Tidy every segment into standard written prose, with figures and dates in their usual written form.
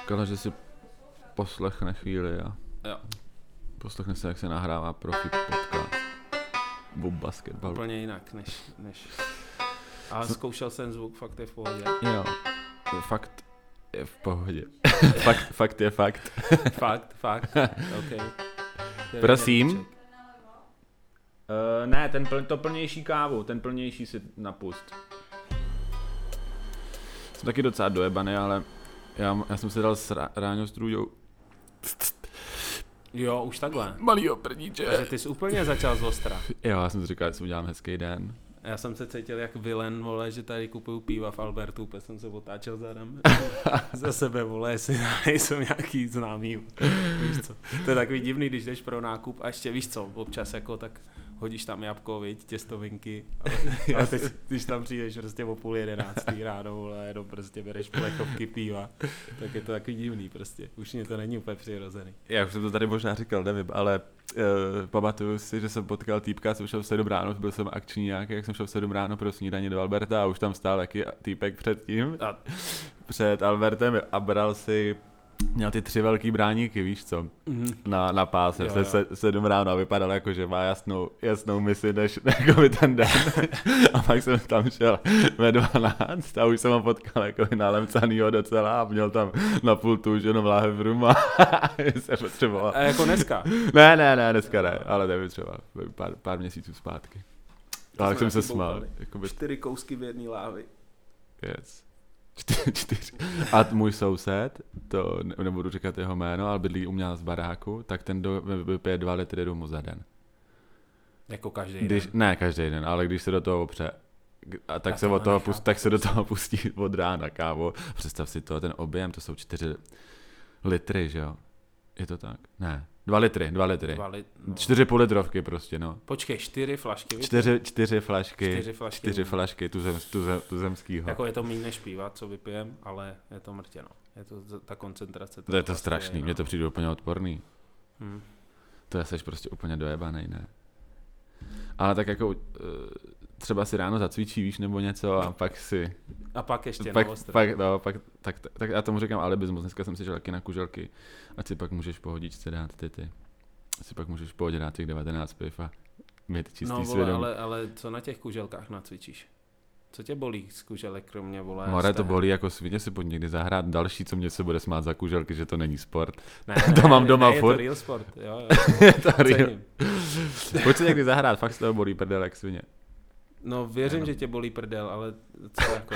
říkala, že si poslechne chvíli a Jo. poslechne se, jak se nahrává profi podcast o basketbalu. Úplně jinak, než... A zkoušel jsem zvuk, fakt je v pohodě. Jo, fakt je v pohodě. fakt je fakt. Fakt, ok. Prosím. Ne, to plnější kávu, ten plnější si napust. Jsem taky docela dojebaný, ale já jsem si dal ráno s Trůďou. Jo, už takhle. Malýho prdíče. Takže ty jsi úplně začal z ostra. Jo, já jsem si říkal, že si udělám hezký den. Já jsem se cítil jak vilen, vole, že tady kupuju piva v Albertu, úplně jsem se otáčel zadem. Za sebe, vole, jestli nejsou nějaký známý. Víš co? To je takový divný, když jdeš pro nákup a ještě víš co, občas jako tak hodíš tam jabko, viď, těstovinky. Ale teď, když tam přijdeš prostě o 10:30 ráno, vole, jenom prostě bereš plechovky piva, tak je to takový divný prostě. Už mě to není úplně přirozený. Já už jsem to tady možná říkal, nevím, ale pamatuju si, že jsem potkal týpka, jsem šel v 7 ráno, byl jsem akční nějaký, jak jsem šel v 7 ráno pro snídaní do Alberta a už tam stál taky týpek před Albertem a bral si, měl ty 3 velký bráníky, víš co, na páse, Jo. 7 ráno a vypadal jako, že má jasnou misi než jako by ten den. A pak jsem tam šel ve 12 a už jsem ho potkal jako nalemcanýho docela a měl tam na pultu už jenom láhev ruma. Se potřeboval. A jako dneska? Ne, dneska ne, ale nevím třeba pár měsíců zpátky. Ale jsem se smál. 4 kousky v jedné láhvi. Yes. 4. A můj soused, to nebudu říkat jeho jméno, ale bydlí u mě z baráku, tak ten vypije 2 litry rumu za den. Jako každý den? Ne každý den, ale když se do toho opře, a tak se do toho pustí od rána kávu. Představ si to, ten objem, to jsou 4 litry, že jo? Je to tak? Ne. 2 litry. 4,5 litrovky prostě, no. Počkej, 4 flašky. 4 flašky tuzemskýho. Jako je to méně než piva, co vypijem, ale je to mrtě, no. Je to ta koncentrace. To je to strašný, mně to přijde úplně odporný. Hmm. To je seš prostě úplně dojebanej, ne? Ale tak jako třeba si ráno zacvičí, víš, nebo něco a pak si... A pak ještě na ostro. Tak já tomu říkám alibismus. Dneska jsem si šel taky na kuželky, ať si pak můžeš pohodičce dát ty. Ať si pak můžeš v pohodě dát těch 19 piv a mít čistý svědomí. Ale co na těch kuželkách nacvičíš? Co tě bolí z kuželek, kromě vole? More to bolí jako svině, si pojď někdy zahrát. Další, co mě se bude smát za kuželky, že to není sport. Ne, to mám doma furt. Je to real sport, jo. Je to real. Pojď si někdy zahrát, fakt z toho bolí prdel jak svině. No věřím, že tě bolí prdel, ale co jako...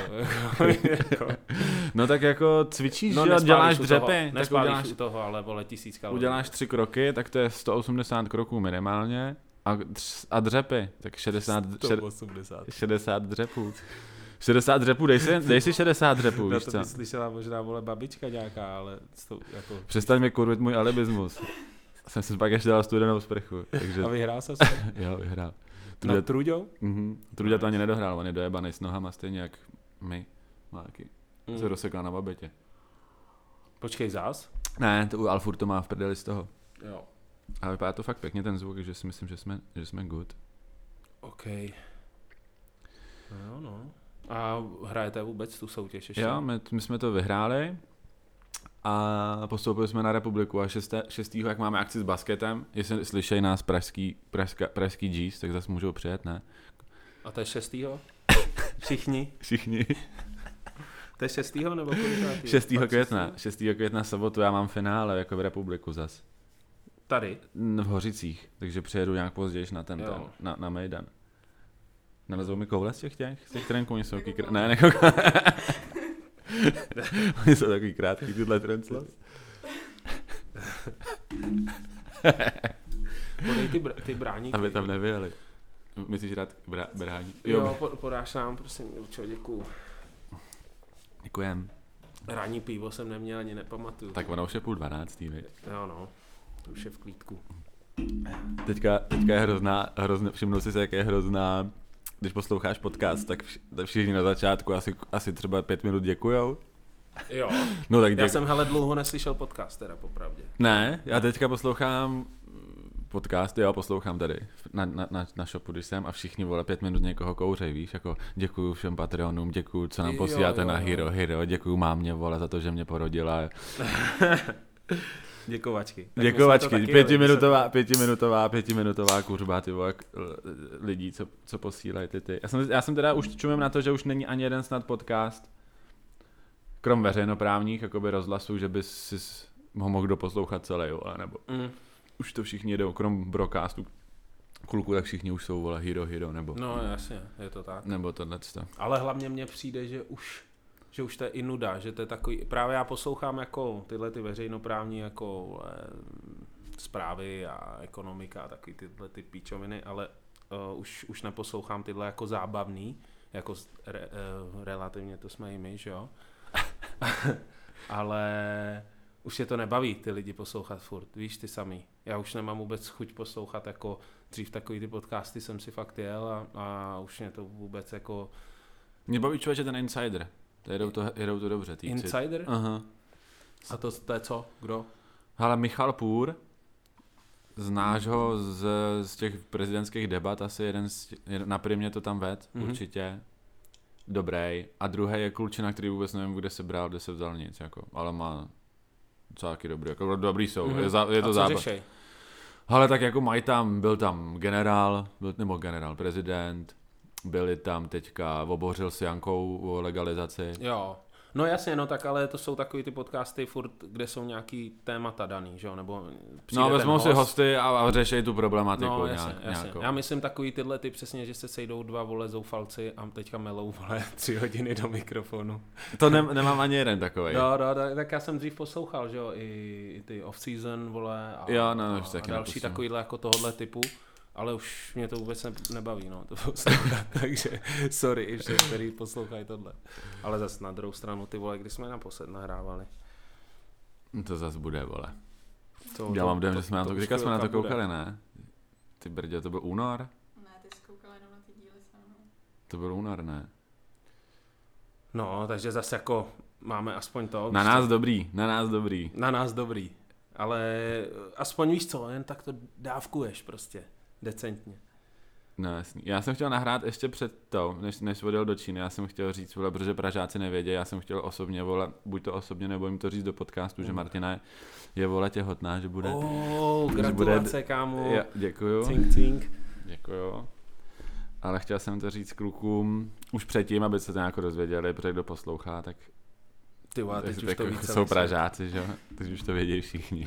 No tak jako cvičíš, no, že děláš dřepy. Nespálíš u toho, ale vole 1000 kalorií. Uděláš 3 kroky, tak to je 180 kroků minimálně. A dřepy, tak 60 dřepů. 60 dřepů, dej si 60 dřepů, víš co? To by slyšela možná vole babička nějaká, ale jako... Přestaň mi kurvit můj alibismus. Jsem si pak ještě dal studenou sprchu, takže... A vyhrál se? Jo, vyhrál. No, Truďou? Truďa to ani nedohrál, on je dojebanej s nohama, stejně jak my, máky. Se rozsekla na babetě. Počkej, zás? Ne, to u Alfur to má v prdeli z toho. Jo. Ale vypadá to fakt pěkně ten zvuk, že si myslím, že jsme good. OK. No. A hrajete vůbec tu soutěž ještě? Jo, my jsme to vyhráli a postoupili jsme na republiku a 6. jak máme akci s basketem, jestli slyšejí nás pražský G's, tak zase můžou přijet, ne? A to je 6. Všichni? To je 6. nebo kolikátý? 6. května sobotu já mám finále jako v republiku zas. Tady? V Hořicích, takže přijedu nějak později na Mejdan. Nalezou mi koule z těch trenků, oni jsou takový oni jsou takový krátký, tyhle trencla. Podej ty bráníky. Aby tam nevyjeli. Myslíš rád brání? Jo, podáš nám, prosím, Ilčo, děkuju. Děkujem. Ranní pivo jsem neměl, ani nepamatuju. Tak ono už je 11:30, viď? Jo no, to už je v klídku. Teďka je hrozná, všimnul jsi se, jak je hrozná, když posloucháš podcast, tak všichni na začátku asi třeba 5 minut děkujou. Jo, no, tak já jsem dlouho neslyšel podcast teda popravdě. Ne, já teďka poslouchám podcasty, jo, poslouchám tady na shopu, když jsem a všichni, vole, 5 minut někoho kouřej, víš, jako děkuju všem Patreonům, děkuju, co nám posíláte na Hero, děkuju mámě, vole, za to, že mě porodila. Děkovačky. Pětiminutová kuřba, ty vole, lidí, co posílají ty. Já jsem teda už čumím na to, že už není ani jeden snad podcast, krom veřejnoprávních, jakoby rozhlasů, že by si ho mohl doposlouchat celý, vole, nebo už to všichni jedou, krom broadcastu kluku, tak všichni už jsou, vole, Hero, nebo... No jasně, je to tak. Nebo tohleto. Ale hlavně mně přijde, že už to je i nuda, že to je takový, právě já poslouchám jako tyhle ty veřejnoprávní jako zprávy a ekonomika a takový tyhle ty píčoviny, ale už neposlouchám tyhle jako zábavný, jako relativně to jsme i my, že jo? Ale už je to nebaví ty lidi poslouchat furt, víš, ty samý. Já už nemám vůbec chuť poslouchat, jako dřív takový ty podcasty jsem si fakt jel a už mě to vůbec jako... Mě baví člověče ten Insider, jedou to dobře. Týci. Insider? Aha. A to je co? Kdo? Hele, Michal Půr, znáš ho z těch prezidentských debat, asi na primě to tam ved, určitě. Dobrý. A druhý je klučina, který vůbec nevím, kde se vzal nic, jako, ale má celky dobrý, jako dobrý jsou, je to zábava. Ale tak jako byl tam prezident, byli tam teďka, obořil s Jankou o legalizaci. Jo, no jasně, no tak ale to jsou takový ty podcasty furt, kde jsou nějaký témata daný, že jo, nebo no vezmou si hosty a řeší tu problematiku. No jasně. Já myslím takový tyhle ty přesně, že se sejdou dva, vole, zoufalci a teďka melou, vole, 3 hodiny do mikrofonu. To nemám ani jeden takovej. No, tak já jsem dřív poslouchal, že jo, i ty off-season, vole, a další takovýhle jako tohohle typu. Ale už mě to vůbec nebaví, no, to takže sorry i všem, který poslouchají tohle. Ale zase na druhou stranu, ty vole, když jsme naposled nahrávali. To zase bude, vole. Já mám dojem, že jsme na to koukali, ne? Ty brdě, to byl únor? Ne, ty jsi koukal jenom na ty díly sám. To byl únor, ne? No, takže zase jako máme aspoň to. Na nás dobrý. Ale aspoň víš co, jen tak to dávkuješ prostě. Decentně. No jasný. Já jsem chtěl nahrát ještě před to, než odjel do Číny, já jsem chtěl říct, vole, protože Pražáci nevědí, já jsem chtěl osobně, vole, buď to osobně, nebo jim to říct do podcastu, že Martina je vole těhotná, že bude... Gratulace, kámo. Děkuju. Cink. Děkuju. Ale chtěl jsem to říct klukům už předtím, aby se to nějak dozvěděli, protože kdo poslouchá, tak... Ty vole, teď už to víc. Jsou Pražáci, že jo? Teď už to vědí všichni.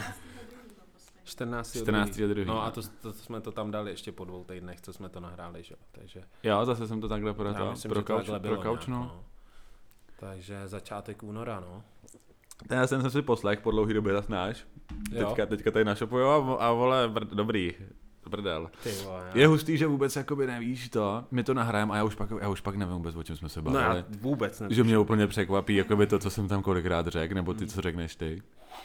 14.2. No a to jsme to tam dali ještě po 2 týdnech, co jsme to nahráli, že jo, takže... Jo, zase jsem to takhle prokaučnul. Takže začátek února, no. Já jsem si poslech po dlouhý době zase náš. Teďka tady našopuju a vole, dobrý. Brdel. Je hustý, že vůbec jakoby nevíš to, my to nahrajeme a já už pak nevím vůbec, o čem jsme se bavili. No já vůbec nevím. Že mě úplně překvapí, jakoby to, co jsem tam kolikrát řekl, nebo ty, co řekneš ty.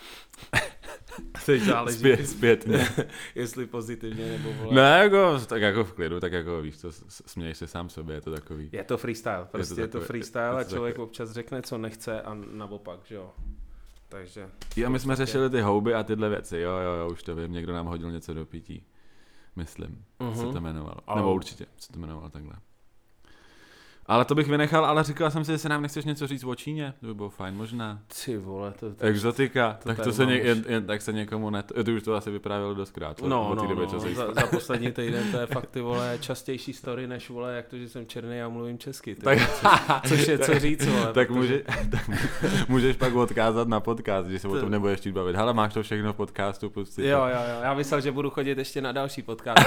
Zpětně. Jestli pozitivně nebo vole. Ne, jako, tak jako v klidu, tak jako víš, to směješ se sám sobě, je to takový. Je to freestyle, prostě je to freestyle a člověk občas řekne, co nechce a naopak, že jo. Takže. Jo, my jsme řešili ty houby a tyhle věci, jo, už to vím, někdo nám hodil něco do pití. Myslím, se to jmenovalo. Nebo určitě se to jmenovalo takhle. Ale to bych vynechal, ale říkal jsem si, že se nám nechceš něco říct o Číně, to by bylo fajn možná. Ty vole, to exotika, tak to se tak se někomu ty už to asi vyprávělo doskrát. Za poslední týden to je fakt, ty vole, častější story než, vole, jak to, že jsem černý a mluvím česky. Což je co říct, vole. Tak můžeš pak odkázat na podcast, že se o tom nebudeš chtít bavit. Hele, máš to všechno v podcastu, pustit. Jo, já myslel, že budu chodit ještě na další podcast.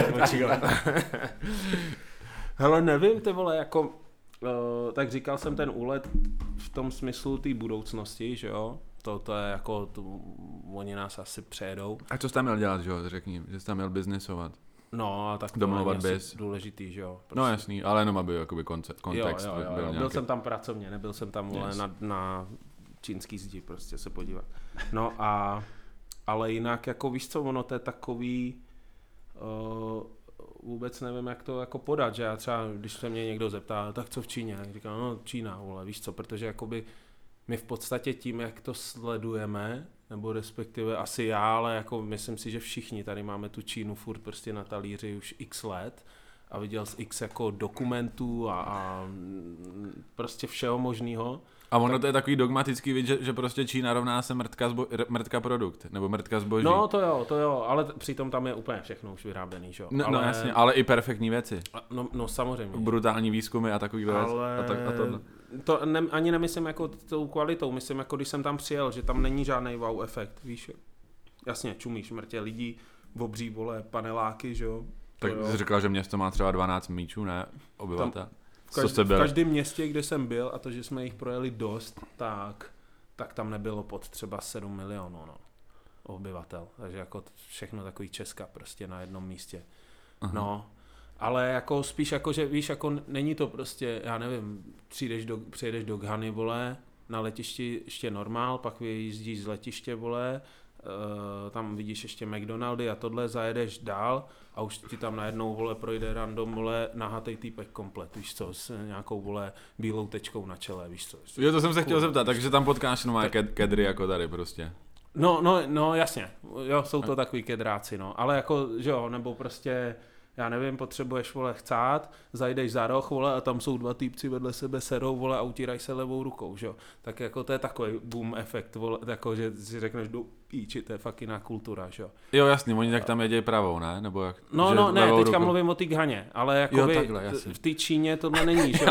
Hele, nevím, ty vole, jako, tak říkal jsem ten úlet v tom smyslu té budoucnosti, že jo, to je jako, oni nás asi přejedou. A co jsi tam měl dělat, že jo, řekni, že jsi tam měl biznisovat. No, a tak to domluvat je asi důležitý, že jo. Prostě. No jasný, ale jenom aby jakoby kontext jo. byl nějaký. Byl jsem tam pracovně, nebyl jsem tam, vole, na čínský zdi prostě se podívat. No a, ale jinak, jako víš co, ono to je takový... vůbec nevím, jak to jako podat, že já třeba, když se mě někdo zeptá, tak co v Číně, tak říkám, no Čína, vole, víš co, protože jakoby my v podstatě tím, jak to sledujeme, nebo respektive asi já, ale jako myslím si, že všichni tady máme tu Čínu furt prostě na talíři už x let a viděl z x jako dokumentů a prostě všeho možného. A ono to je takový dogmatický vid, že prostě Čína rovná se mrtka produkt, nebo mrtka zboží. No to jo, ale přitom tam je úplně všechno už vyráběný, že jo. No jasně, ale i perfektní věci. No samozřejmě. Brutální výzkumy a takový věc. A tohle. To ani nemyslím jako tou kvalitou, myslím jako když jsem tam přijel, že tam není žádný wow efekt, víš. Jasně, čumíš mrtě lidí, obří vole paneláky, že jo. Tak jsi říkal, že město má třeba 12 míčů, ne? Obyvatel. V každém městě, kde jsem byl, a to, že jsme jich projeli dost, tak tam nebylo pod třeba 7 milionů obyvatel. Takže jako všechno takový Česka prostě na jednom místě. Aha. No, ale jako spíš jako, že víš, jako není to prostě, já nevím, přijedeš do Ghany, vole, na letišti ještě normál, pak vyjíždíš z letiště, vole, tam vidíš ještě McDonaldy a tohle, zajedeš dál a už ti tam najednou, vole, projde random, vole, nahatej týpek komplet, víš co, s nějakou, vole, bílou tečkou na čele, víš co. Jo, to jsem se chtěl zeptat, takže tam potkáš nové kedry jako tady prostě. No, jasně, jo, jsou to takový kedráci, no, ale jako, že jo, nebo prostě, já nevím, potřebuješ, vole, chcát, zajdeš za roh, vole, a tam jsou dva týpci vedle sebe serou, vole, a utírají se levou rukou, že jo. Tak jako to je takový boom efekt, vole, jako, že si řekneš, do píči, to je fakt jiná kultura, že jo. Jo, jasně, oni tak tam jedějí pravou, ne? Nebo jak? No, ne, teďka mluvím o té Ghaně, ale jako jo, takhle, v té Číně tohle není, že jo.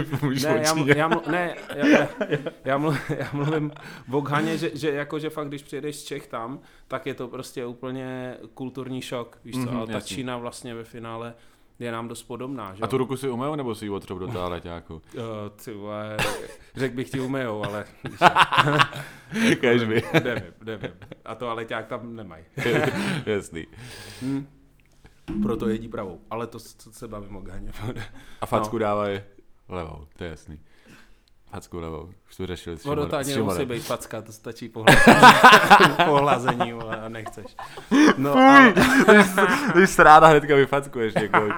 Já mluvím o Ghaně, že jakože fakt, když přijedeš z Čech tam, tak je to prostě úplně kulturní šok, víš co, ale ta Čína vlastně ve finále je nám dost podobná, že? A tu ruku si umyjou, nebo si ji otřou do toaleťáku? Ty vole, řekl bych ti umyjou, ale... Kežby. Nevím. A toaleťák tam nemají. Jasný. Proto jedí pravou, ale to se bavím o Ghaně. A facku dávají levou, to je jasný. Facku levou, už to řešili s to ani nemusí být facka, to stačí pohlazení, a nechceš. No, ale... Když se ráda hnedka vyfackuješ někoho.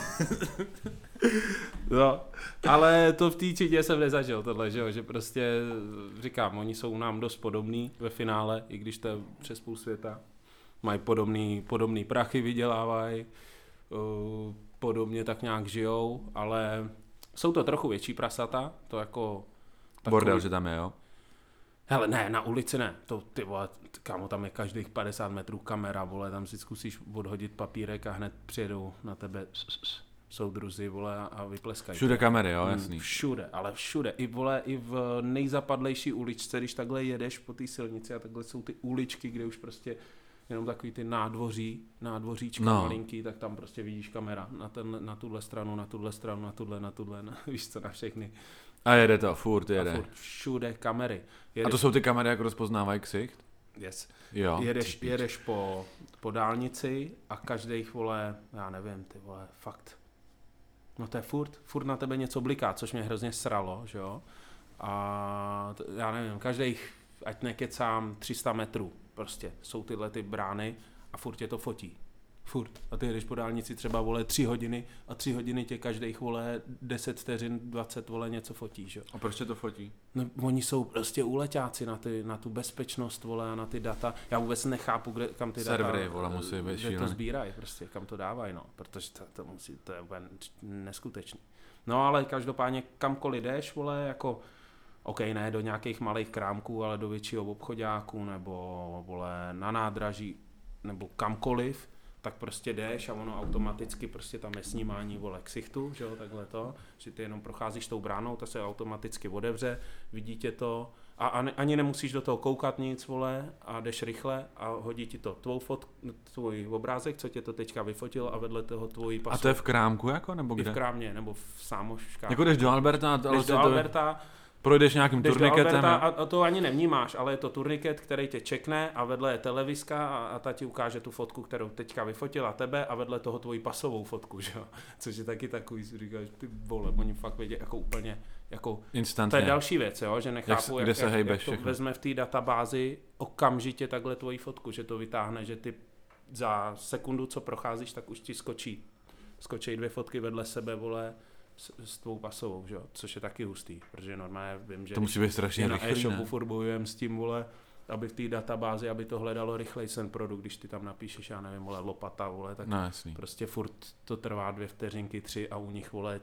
No, ale to v té Číně jsem nezažil tohle, že prostě říkám, oni jsou nám dost podobný ve finále, i když to je přes půl světa. Mají podobný prachy, vydělávají, podobně tak nějak žijou, ale jsou to trochu větší prasata, to jako... Bordel, že tam je, jo? Hele, ne, na ulici ne, to ty vole, kámo, tam je každých 50 metrů kamera, vole, tam si zkusíš odhodit papírek a hned přijedou na tebe soudruzi, vole, a vypleskají. Všude kamery, jo, jasný. Všude, ale všude, i v nejzapadlejší uličce, když takhle jedeš po té silnici a takhle jsou ty uličky, kde už prostě jenom takový ty nádvoříčka malinký, tak tam prostě vidíš kamera na tuhle stranu, víš co, na všechny. A jede to, furt jede. A furt všude kamery. A to jsou ty kamery, jak rozpoznávají ksicht? Yes. Jo. Jedeš po dálnici a každých, vole, já nevím, ty vole, fakt. No to je furt na tebe něco bliká, což mě hrozně sralo, že jo. A já nevím, každých, ať nekecám, 300 metrů prostě jsou tyhle ty brány a furt tě to fotí. Furt. A ty jedeš po dálnici třeba, vole, 3 hodiny a 3 hodiny tě každých, vole, 10 vteřin, 20, vole, něco fotí, že jo. A proč tě to fotí? No, oni jsou prostě úleťáci na tu bezpečnost, vole, a na ty data. Já vůbec nechápu, kam ty servery, data, vole, musí být kde to sbírají, prostě, kam to dávají, no. Protože to je úplně neskutečný. No, ale každopádně kamkoliv jdeš, vole, jako OK, ne do nějakých malých krámků, ale do většího obchoďáku, nebo, vole, na nádraží, nebo kamkoliv, tak prostě jdeš a ono automaticky prostě tam je snímání, vole, ksichtu, že jo, takhle to, že ty jenom procházíš tou bránou, ta se automaticky otevře, vidí tě to a ani nemusíš do toho koukat nic, vole, a jdeš rychle a hodí ti to tvůj obrázek, co tě to teďka vyfotil a vedle toho tvojí pasu. A to je v krámku jako, nebo kde? I v krámě, nebo v sámoškách. Jako jdeš do Alberta, projdeš nějakým turniketem. A to ani nevnímáš, ale je to turniket, který tě čekne a vedle je televiska a ta ti ukáže tu fotku, kterou teďka vyfotila tebe a vedle toho tvoji pasovou fotku, že jo. Což je taky takový, si říkáš, ty vole, oni fakt vědí jako úplně, jako... Instantně. To je další věc, jo, že nechápu, jak to všechno. vezme v té databázi okamžitě takhle tvoji fotku, že to vytáhne, že ty za sekundu, co procházíš, tak už ti skočí 2 fotky vedle sebe, vole, s tvou pasovou, že jo? Což je taky hustý, protože normálně vím, že to musí být strašně rychlý, na e-shopu furt bojujeme s tím, vole, aby v té databázi, aby to hledalo rychleji ten produkt, když ty tam napíšeš, já nevím, vole, lopata, vole, tak prostě furt to trvá 2 vteřinky, 3 a u nich, vole,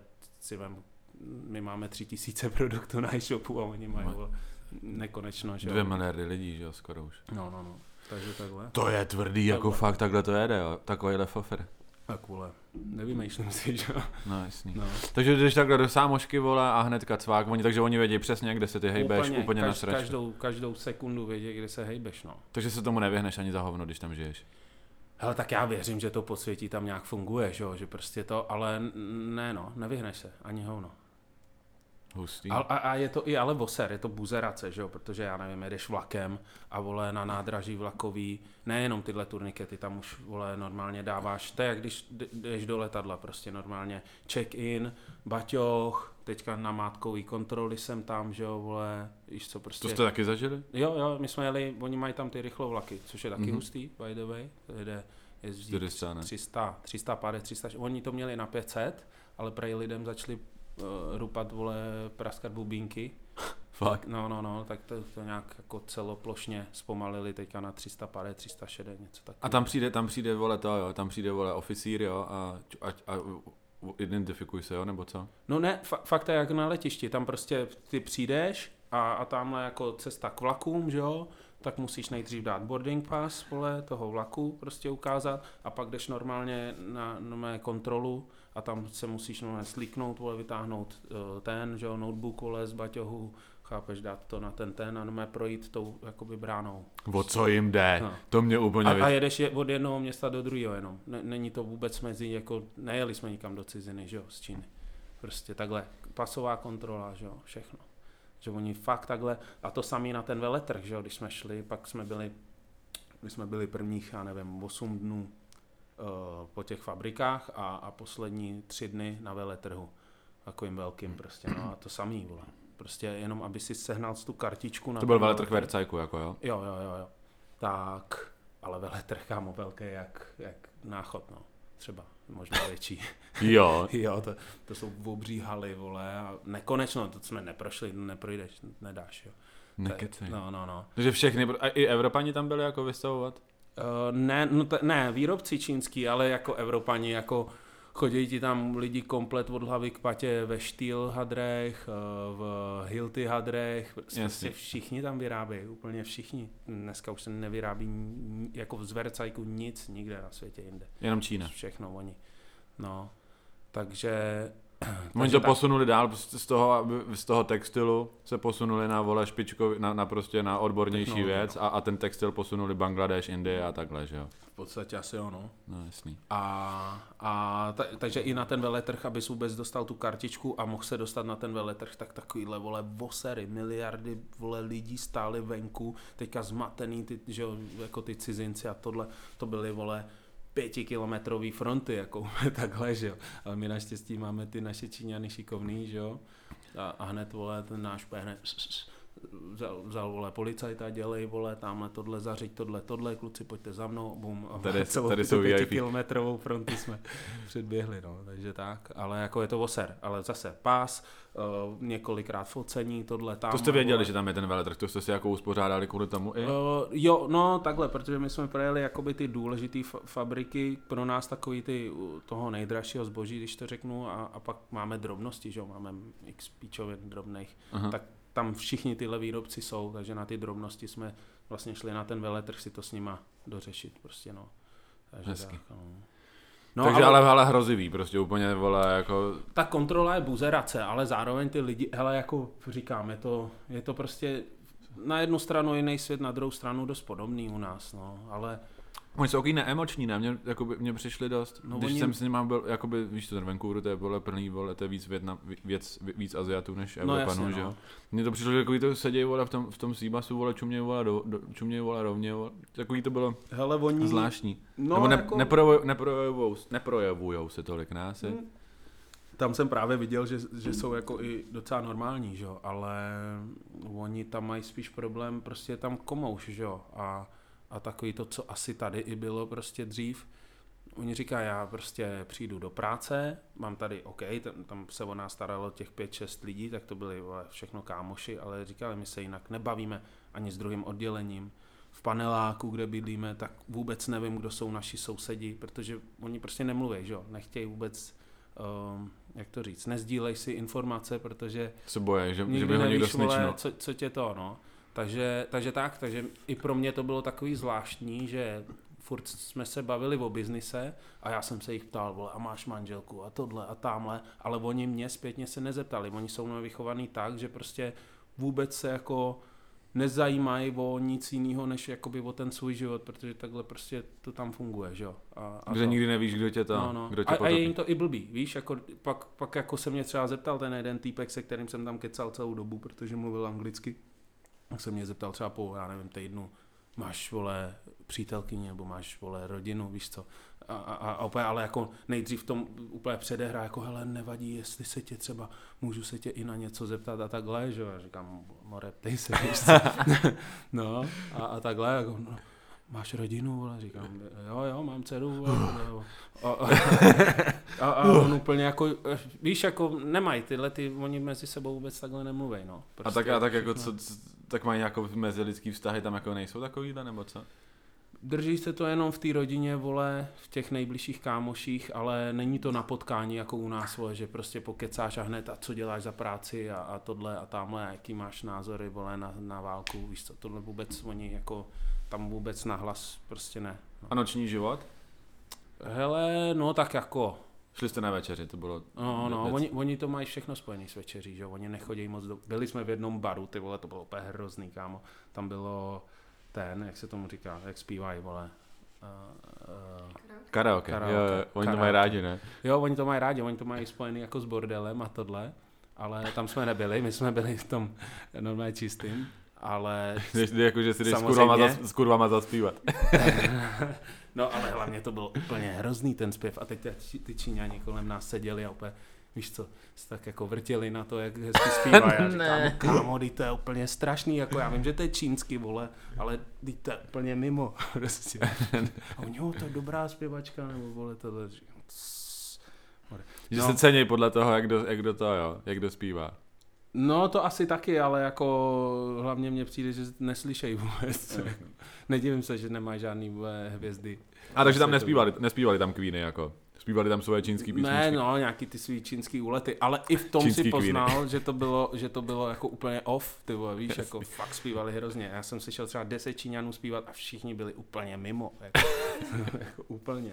my máme 3000 produktů na e-shopu a oni mají, vole, nekonečno, že 2 miliardy lidí, že jo, skoro už. No, takže takhle. To je tvrdý, jako fakt takhle to jede, jo, takovýhle fofer. Tak vole, nevymýšlím si, že jo. No jasný. No. Takže jdeš takhle do sámošky, vole, a hnedka cvák, takže oni vědí přesně, kde se ty hejbeš, úplně na sračku. Každou sekundu vědí, kde se hejbeš, no. Takže se tomu nevyhneš ani za hovno, když tam žiješ. Hele, tak já věřím, že to podsvětí tam nějak funguje, že prostě to, ale ne, no, nevyhneš se, ani hovno. Hustý. A je to i ale voser, je to buzerace, že jo, protože já nevím, jedeš vlakem a vole na nádraží vlakový, nejenom tyhle turnikety, tam už vole normálně dáváš, to je jak když jdeš do letadla, prostě normálně check-in, baťoch, teďka namátkový kontroly jsem tam, že jo, vole, víš co prostě. To jste taky zažili? Jo, my jsme jeli, oni mají tam ty rychlovlaky, což je taky hustý, by the way, to jezdí 300, oni to měli na 500, ale prej lidem začali rupat, vole, praskat bubínky. Fakt? No, tak to nějak jako celoplošně zpomalili teďka na 350, 360, něco takového. A tam přijde, vole, to, jo, tam přijde, vole, oficír, jo, a identifikuj se, jo, nebo co? No ne, fakt je jak na letišti, tam prostě ty přijdeš a tamhle jako cesta k vlakům, že jo, tak musíš nejdřív dát boarding pass, vole, toho vlaku prostě ukázat a pak jdeš normálně na mé kontrolu a tam se musíš normálně slíknout, vole, vytáhnout ten, že jo, notebook, vole, z baťohu, chápeš, dát to na ten a normálně projít tou jakoby bránou. O co jim jde? No. To mě úplně... A jedeš od jednoho města do druhého jenom. Není to vůbec mezi, jako nejeli jsme nikam do ciziny, že jo, z Číny. Prostě takhle, pasová kontrola, že jo, všechno. Že oni fakt takhle, a to samý na ten veletrh, že jo, když jsme šli, pak jsme byli prvních, já nevím, 8 dnů po těch fabrikách a poslední 3 dny na veletrhu. Takovým velkým prostě, no a to samý, vole. Prostě jenom, aby si sehnal tu kartičku. Na to byl veletrh Vercajku, jako jo? Jo. Tak, ale veletrh, kámo, velký jak Náchod, no. Třeba, možná větší. Jo. Jo, to jsou obří haly, vole, a nekonečno, to jsme neprošli, neprojdeš, nedáš, jo. Nekecej. No. Takže všechny, a i Evropani tam byli jako vystavovat? Ne, výrobci čínský, ale jako Evropani, jako chodí ti tam lidi komplet od hlavy k patě ve Steel hadrech, v Hilti hadrech, prostě všichni tam vyrábějí, úplně všichni. Dneska už se nevyrábí jako z Vercajku nic nikde na světě jinde. Jenom Čína. Všechno oni. No, takže... Oni to posunuli dál z toho textilu, se posunuli na, vole, špičkový, na prostě na odbornější věc a ten textil posunuli Bangladeš, Indie a takhle, že jo. V podstatě asi jo, no. No jasný. Takže i na ten veletrh, abys vůbec dostal tu kartičku a mohl se dostat na ten veletrh, tak takovýhle, vole, vosery, miliardy, vole, lidí stály venku, teďka zmatený, že jo, jako ty cizinci a tohle, to byly, vole, 5kilometrový fronty, jako takhle, že jo. Ale my naštěstí máme ty naše Číňany šikovný, že jo. A hned, vole, ten náš hned vzal, vole, policajta, dělej, vole, tamhle tohle, zařiď tohle, kluci, pojďte za mnou, bum. A tady jsou 5kilometrovou frontu jsme předběhli, no, takže tak. Ale jako je to voser, ale zase pás, několikrát focení, tohle, tam. To jste věděli, vole, že tam je ten veletrh, to jste si jako uspořádali kvůli tomu i? Jo, no takhle, protože my jsme projeli jakoby ty důležitý fabriky, pro nás takový ty toho nejdražšího zboží, když to řeknu, a pak máme drobnosti, že jo, máme x píčovin drobných, tak tam všichni tyhle výrobci jsou, takže na ty drobnosti jsme vlastně šli na ten veletrh si to s nima dořešit, prostě, no. Takže tak, no. No, takže ale hrozivý, prostě úplně, vole, jako... Ta kontrola je buzerace, ale zároveň ty lidi, hele, jako říkám, je to prostě na jednu stranu jiný svět, na druhou stranu dost podobný u nás, no, ale... Oni jsou takový neemoční, ne? Mně přišli dost. No, když jsem s nima byl, jakoby, víš to, ten Vancouver, to je, vole, plný, vole, to je víc Aziatů než Evropanů, že jo? Mně to přišlo, že takový to sedějí, vole, v tom Seabasu, vole, čumějí, vole, rovně, vole. Takový to bylo, hele, oni... zvláštní. No, nebo jako... neprojevujou se tolik, ne? Tam jsem právě viděl, že jsou jako i docela normální, že jo? Ale oni tam mají spíš problém, prostě je tam komouš, že jo? A takový to, co asi tady i bylo prostě dřív. Oni říkají, já prostě přijdu do práce, mám tady, OK, tam se o nás staralo těch 5-6 lidí, tak to byly, vole, všechno kámoši, ale říkali, my se jinak nebavíme, ani s druhým oddělením. V paneláku, kde bydlíme, tak vůbec nevím, kdo jsou naši sousedi, protože oni prostě nemluví, že jo, nechtějí vůbec, jak to říct, nezdílej si informace, protože se bojí, že by ho nevíš, někdo snitchnul. co tě to, no. Takže i pro mě to bylo takový zvláštní, že furt jsme se bavili o biznise a já jsem se jich ptal, vole, a máš manželku a tohle a tamhle, ale oni mě zpětně se nezeptali, oni jsou mnou vychovaný tak, že prostě vůbec se jako nezajímají o nic jiného, než jakoby o ten svůj život, protože takhle prostě to tam funguje, že jo. Že nikdy nevíš, kdo tě kdo tě a je jim to i blbý, víš, jako pak jako se mě třeba zeptal ten jeden týpek, se kterým jsem tam kecal celou dobu, protože mluvil anglicky, tak se mě zeptal třeba po, já nevím, týdnu, máš, vole, přítelkyni, nebo máš, vole, rodinu, víš co. A úplně, ale jako nejdřív v tom úplně předehra, jako hele, nevadí, jestli se tě třeba, můžu se tě i na něco zeptat a takhle, že jo. Já říkám, more, ptej se, víš co. No, a takhle, jako, no, máš rodinu, vole, říkám, jo, mám dceru, vole, a on úplně jako, víš, jako nemají oni mezi sebou vůbec takhle nemluví, no. Prostě, a tak jako, tak mají jako mezilidský vztahy, tam jako nejsou takovýhle, nebo co? Drží se to jenom v té rodině, vole, v těch nejbližších kámoších, ale není to na potkání jako u nás, vole, že prostě pokecáš a hned a co děláš za práci a tohle a tamhle, a jaký máš názory, vole, na válku, víš co, tohle vůbec oni jako tam vůbec nahlas prostě ne. No. A noční život? Hele, no tak jako. Šli jste na večeři, to bylo... No, oni to mají všechno spojený s večeří, že jo, oni nechodí moc byli jsme v jednom baru, ty vole, to bylo úplně hrozný, kámo, tam bylo jak se tomu říká, jak zpívají, vole. Karaoke. Jo, oni to mají rádi, ne? Jo, oni to mají rádi, oni to mají spojený jako s bordelem a tohle, ale tam jsme nebyli, my jsme byli v tom normálně čistým, ale... Jako, že si jdeš s kurvama zaspívat. No, ale hlavně to bylo úplně hrozný ten zpěv a teď ty Číňani kolem nás seděli a úplně, víš co, tak jako vrtěli na to, jak hezky zpívají. Já říkám, kámo, to je úplně strašný, jako já vím, že to je čínsky, vole, ale to je úplně mimo. Prostě. A oni, to je dobrá zpěvačka, nebo vole, tohle. Že se cení podle toho, jak kdo zpívá. No to asi taky, ale jako hlavně mně přijde, že neslyšejí vůbec. Nedivím se, že nemají žádný hvězdy. A takže tam nespívali tam Queeny, jako. Zpívali tam svoje čínský písničky. Ne, no, nějaký ty svý čínský úlety, ale i v tom čínský si poznal, že to bylo jako úplně off, ty vole, víš, jako fakt zpívali hrozně. Já jsem slyšel třeba 10 Číňanů zpívat a všichni byli úplně mimo, jako úplně.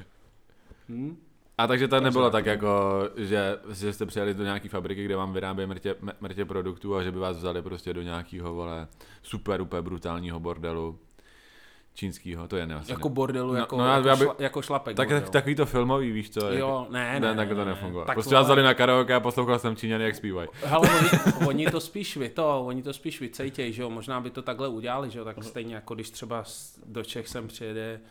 A takže to nebylo tak jako, že jste přijeli do nějaký fabriky, kde vám vyrábějí mrtě produktů a že by vás vzali prostě do nějakého, vole, super brutálního bordelu čínskýho, to je neasně. Jako bordelu, jako šlapek. Takový to filmový, víš co? Jo, ne. Tak to nefunguje. Prostě vás vzali na karaoke a poslouchal jsem Číňany, jak zpívají. Hele, oni to spíš vycejtějí, že jo, možná by to takhle udělali, že jo, tak stejně jako když třeba do Čech sem přijede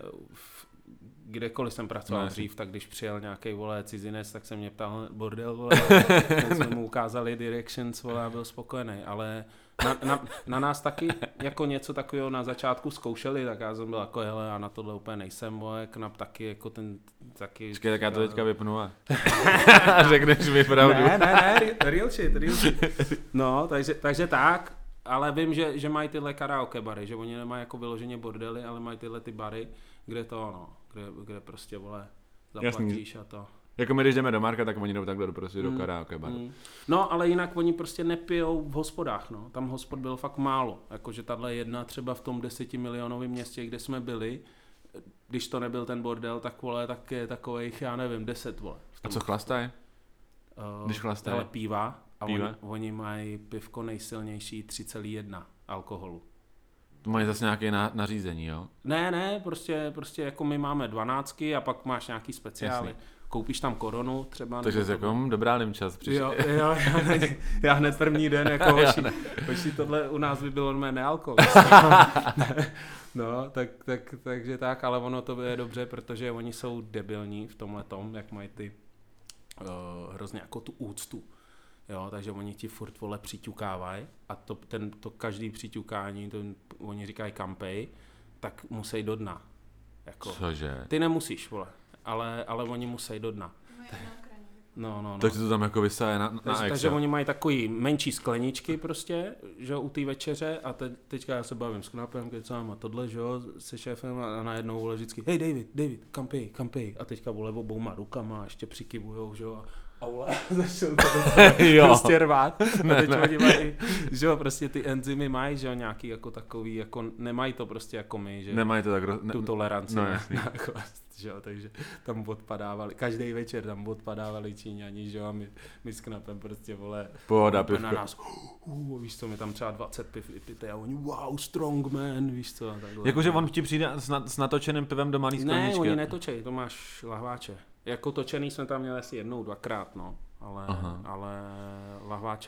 kdekoliv jsem pracoval dřív, tak když přijel nějaký, vole, cizinec, tak se mě ptal bordel, vole, tak jsme mu ukázali directions, vole, a byl spokojený, ale na nás taky jako něco takového na začátku zkoušeli, tak já jsem byl jako, hele, já na tohle úplně nejsem, vole, Knap taky, jako ten, taky... Počkej, tak já to teďka vypnu a řekneš mi pravdu. Ne, real shit. No, takže tak, ale vím, že mají tyhle karaoke bary, že oni nemají jako vyloženě bordely, ale mají tyhle ty bary, kde to, kde prostě, vole, zaplatíš. Jasný. A to. Jako my, když jdeme do Marka, tak oni jdou takhle prostě do karaoke baru. No, ale jinak oni prostě nepijou v hospodách, no. Tam hospod bylo fakt málo. Jakože tahle jedna třeba v tom 10 milionovém městě, kde jsme byli, když to nebyl ten bordel, tak, vole, tak je takových, já nevím, 10, vole. A co chlastají? Když chlastají? Ale piva. A oni mají pivko nejsilnější 3,1 alkoholu. To mají zase nějaké nařízení, jo? Ne, prostě jako my máme 12 a pak máš nějaký speciály. Jasný. Koupíš tam koronu třeba. Takže jako dobrá čas přišel. Jo, já hned první den jako hoši, tohle u nás by bylo nealko. No, takže tak, ale ono to je dobře, protože oni jsou debilní v tomhletom, jak mají ty hrozně jako tu úctu. Jo, takže oni ti furt, vole, přiťukávají a to každý přiťukání, to oni říkají kampej, tak musí do dna. Jako, cože? Ty nemusíš, vole, ale oni musí do dna. No. Takže to tam jako vysaje na takže extra. oni mají takový menší skleničky prostě, že jo, u té večeře a teďka já se bavím s Knapem, kecám a tohle, že jo, se šéfem a najednou vole vždycky, hej David, kam pej. A teďka vole obouma rukama ještě přikybujou, že jo, a vole, začal to prostě rvát. A teď oni mají, že jo, prostě ty enzymy mají, že jo, nějaký jako takový, jako nemají to prostě jako my, že nemají to tak tu toleranci. No, na kost, že jo, takže tam odpadávali, každý večer tam odpadávali Číňani, že jo, a my s Knapem prostě, vole, pohoda, na pivka. nás, víš co, my tam třeba 20 piv vypité a oni, wow, strong man, víš co, a takhle. Jakože on ti přijde s natočeným pivem do malý skleničky. Ne, oni netočej, to máš lahváče. Jako točený jsme tam měli asi jednou, dvakrát, no, ale lahváče.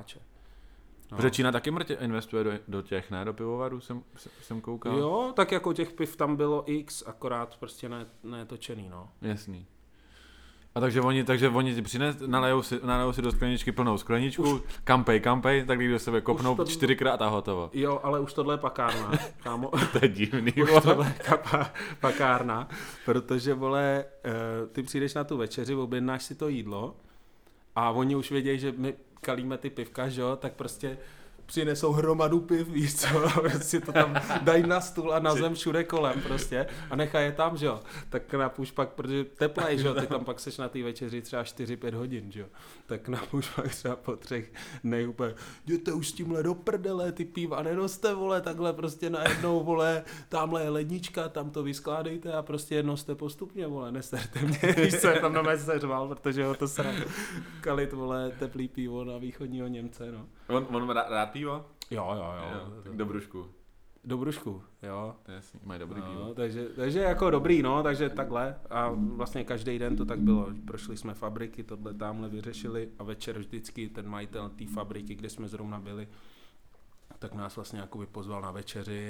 No. Protože Čína taky mrtě investuje do těch, ne? Do pivovarů jsem koukal. Jo, tak jako těch piv tam bylo x, akorát prostě netočený, no. Jasný. A takže oni ti nalejou si do skleničky plnou skleničku, kampej, tak do sebe kopnou 4krát a hotovo. Jo, ale už tohle je pakárna, kámo. To je divný. Už tohle je pakárna, protože, vole, ty přijdeš na tu večeři, objednáš si to jídlo a oni už vědějí, že my kalíme ty pivka, že jo, tak prostě přinesou hromadu piv, víš co, prostě to tam dají na stůl a na zem všude kolem prostě a nechají je tam, že jo, tak napuš pak, protože teplej, že jo, ty tam pak seš na té večeři třeba 4-5 hodin, že jo, tak napuš pak třeba po 3 dnech úplně, jděte už s tímhle do prdele, ty piva nenoste, vole, takhle prostě najednou, vole, tamhle je lednička, tam to vyskládejte a prostě noste postupně, vole, neserte mě, víš co, tam na mě seřval, protože ho to sral kalit, vole, teplý pivo na východního Němce, no. On rád pivo? Jo. Do brušku. Do brušku, jo. To je jasný, mají dobrý pivo. Takže jako dobrý, no, takže takhle. A vlastně každý den to tak bylo. Prošli jsme fabriky, tohle tamhle vyřešili a večer vždycky ten majitel té fabriky, kde jsme zrovna byli, tak nás vlastně jakoby pozval na večeři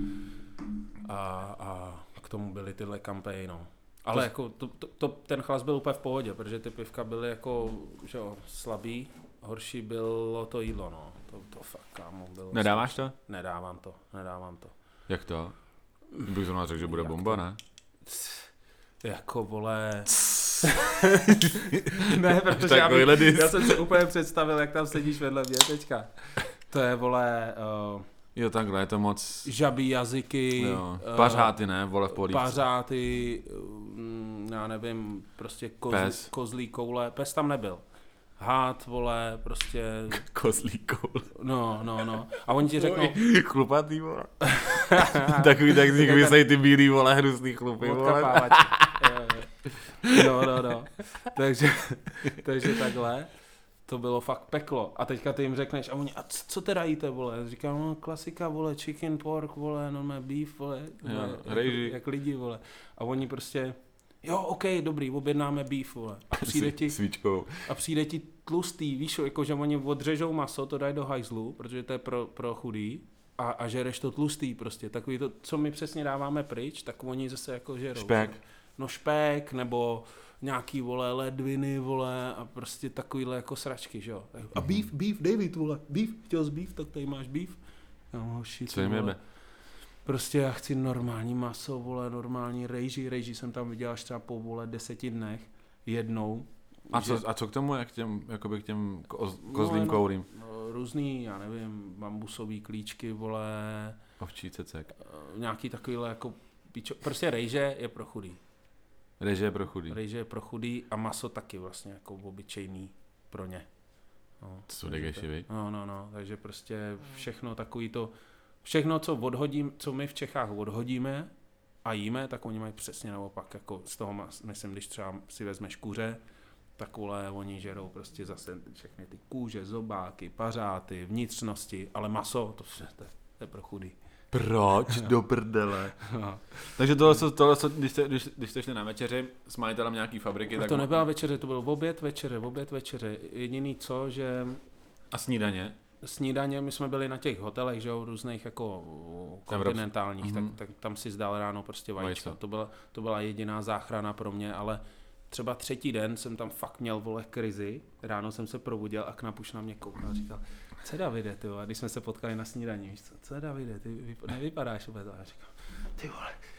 a k tomu byly tyhle kampej, no. Ale jako ten chlas byl úplně v pohodě, protože ty pivka byly jako, že jo, slabý. Horší bylo to jídlo, no. To fakt, kámo, bylo... Nedáváš to? Nedávám to. Jak to? Bych zrovna řekl, že bude bomba, ne? Jako, vole... Ne, protože já jsem si úplně představil, jak tam sedíš vedle mě teďka. To je, vole... Jo, takhle, je to moc... Žabí jazyky... Jo. Pařáty, ne? Vole v polívce. Pařáty, já nevím, prostě kozlí koule. Pes tam nebyl. Hád, vole, prostě... Kozlí koule. No. A oni ti řeknou... Chlupatý, vole. Takový, tak z nich vysají ty bílý, vole, hrustý chlupy, vole. No. Takže takhle. To bylo fakt peklo. A teďka ty jim řekneš, a oni, a co teda jíte, vole? Říkám, no klasika, vole, chicken, pork, vole, no beef, vole. Jak lidi, vole. A oni prostě... Jo, OK, dobrý, objednáme beef, vole. A přijde ti tlustý, víš, jako, že oni odřežou maso, to dají do hajzlu, protože to je pro chudý a žereš to tlustý prostě. Takový to, co my přesně dáváme pryč, tak oni zase jako žerou. Špek. No špek, nebo nějaký, vole, ledviny, vole, a prostě takovýhle jako sračky, že jo. A beef, David, vole, beef, chtěl jsi beef, tak tady máš beef. No, shit, co jim jebe? Prostě já chci normální maso, vole, normální rejži jsem tam viděl až třeba po, vole, 10 dnech, jednou. A co k tomu, jak k těm kozlým koulím? Různý, já nevím, bambusový klíčky, vole. Ovčí cecek. Nějaký takovýhle jako, prostě rejže je pro chudý. Rejže je pro chudý a maso taky vlastně jako obyčejný pro ně. No, co degeši, No, takže prostě všechno takový to, všechno, co my v Čechách odhodíme a jíme, tak oni mají přesně naopak, jako z toho, myslím, když třeba si vezmeš kuře, tak vole, oni žerou prostě zase všechny ty kůže, zobáky, pařáty, vnitřnosti, ale maso, to je pro chudý. Proč? Do prdele. No. Takže tohle, když jste šli na večeři s majitelem nějaký fabriky, tak... To nebyla večeře, to byl oběd večeře. Jediný co, že... A snídaně? Snídaně, my jsme byli na těch hotelech, že jo, různých jako kontinentálních, tak tam si zdal ráno prostě vajíčko. To byla jediná záchrana pro mě, ale třeba 3. den jsem tam fakt měl, vole, krizi. Ráno jsem se probudil a Knap už na mě koukal a říkal, co Davide, ty vole, když jsme se potkali na snídani, víš co je Davide, ty nevypadáš úplně to. A říkal, ty vole,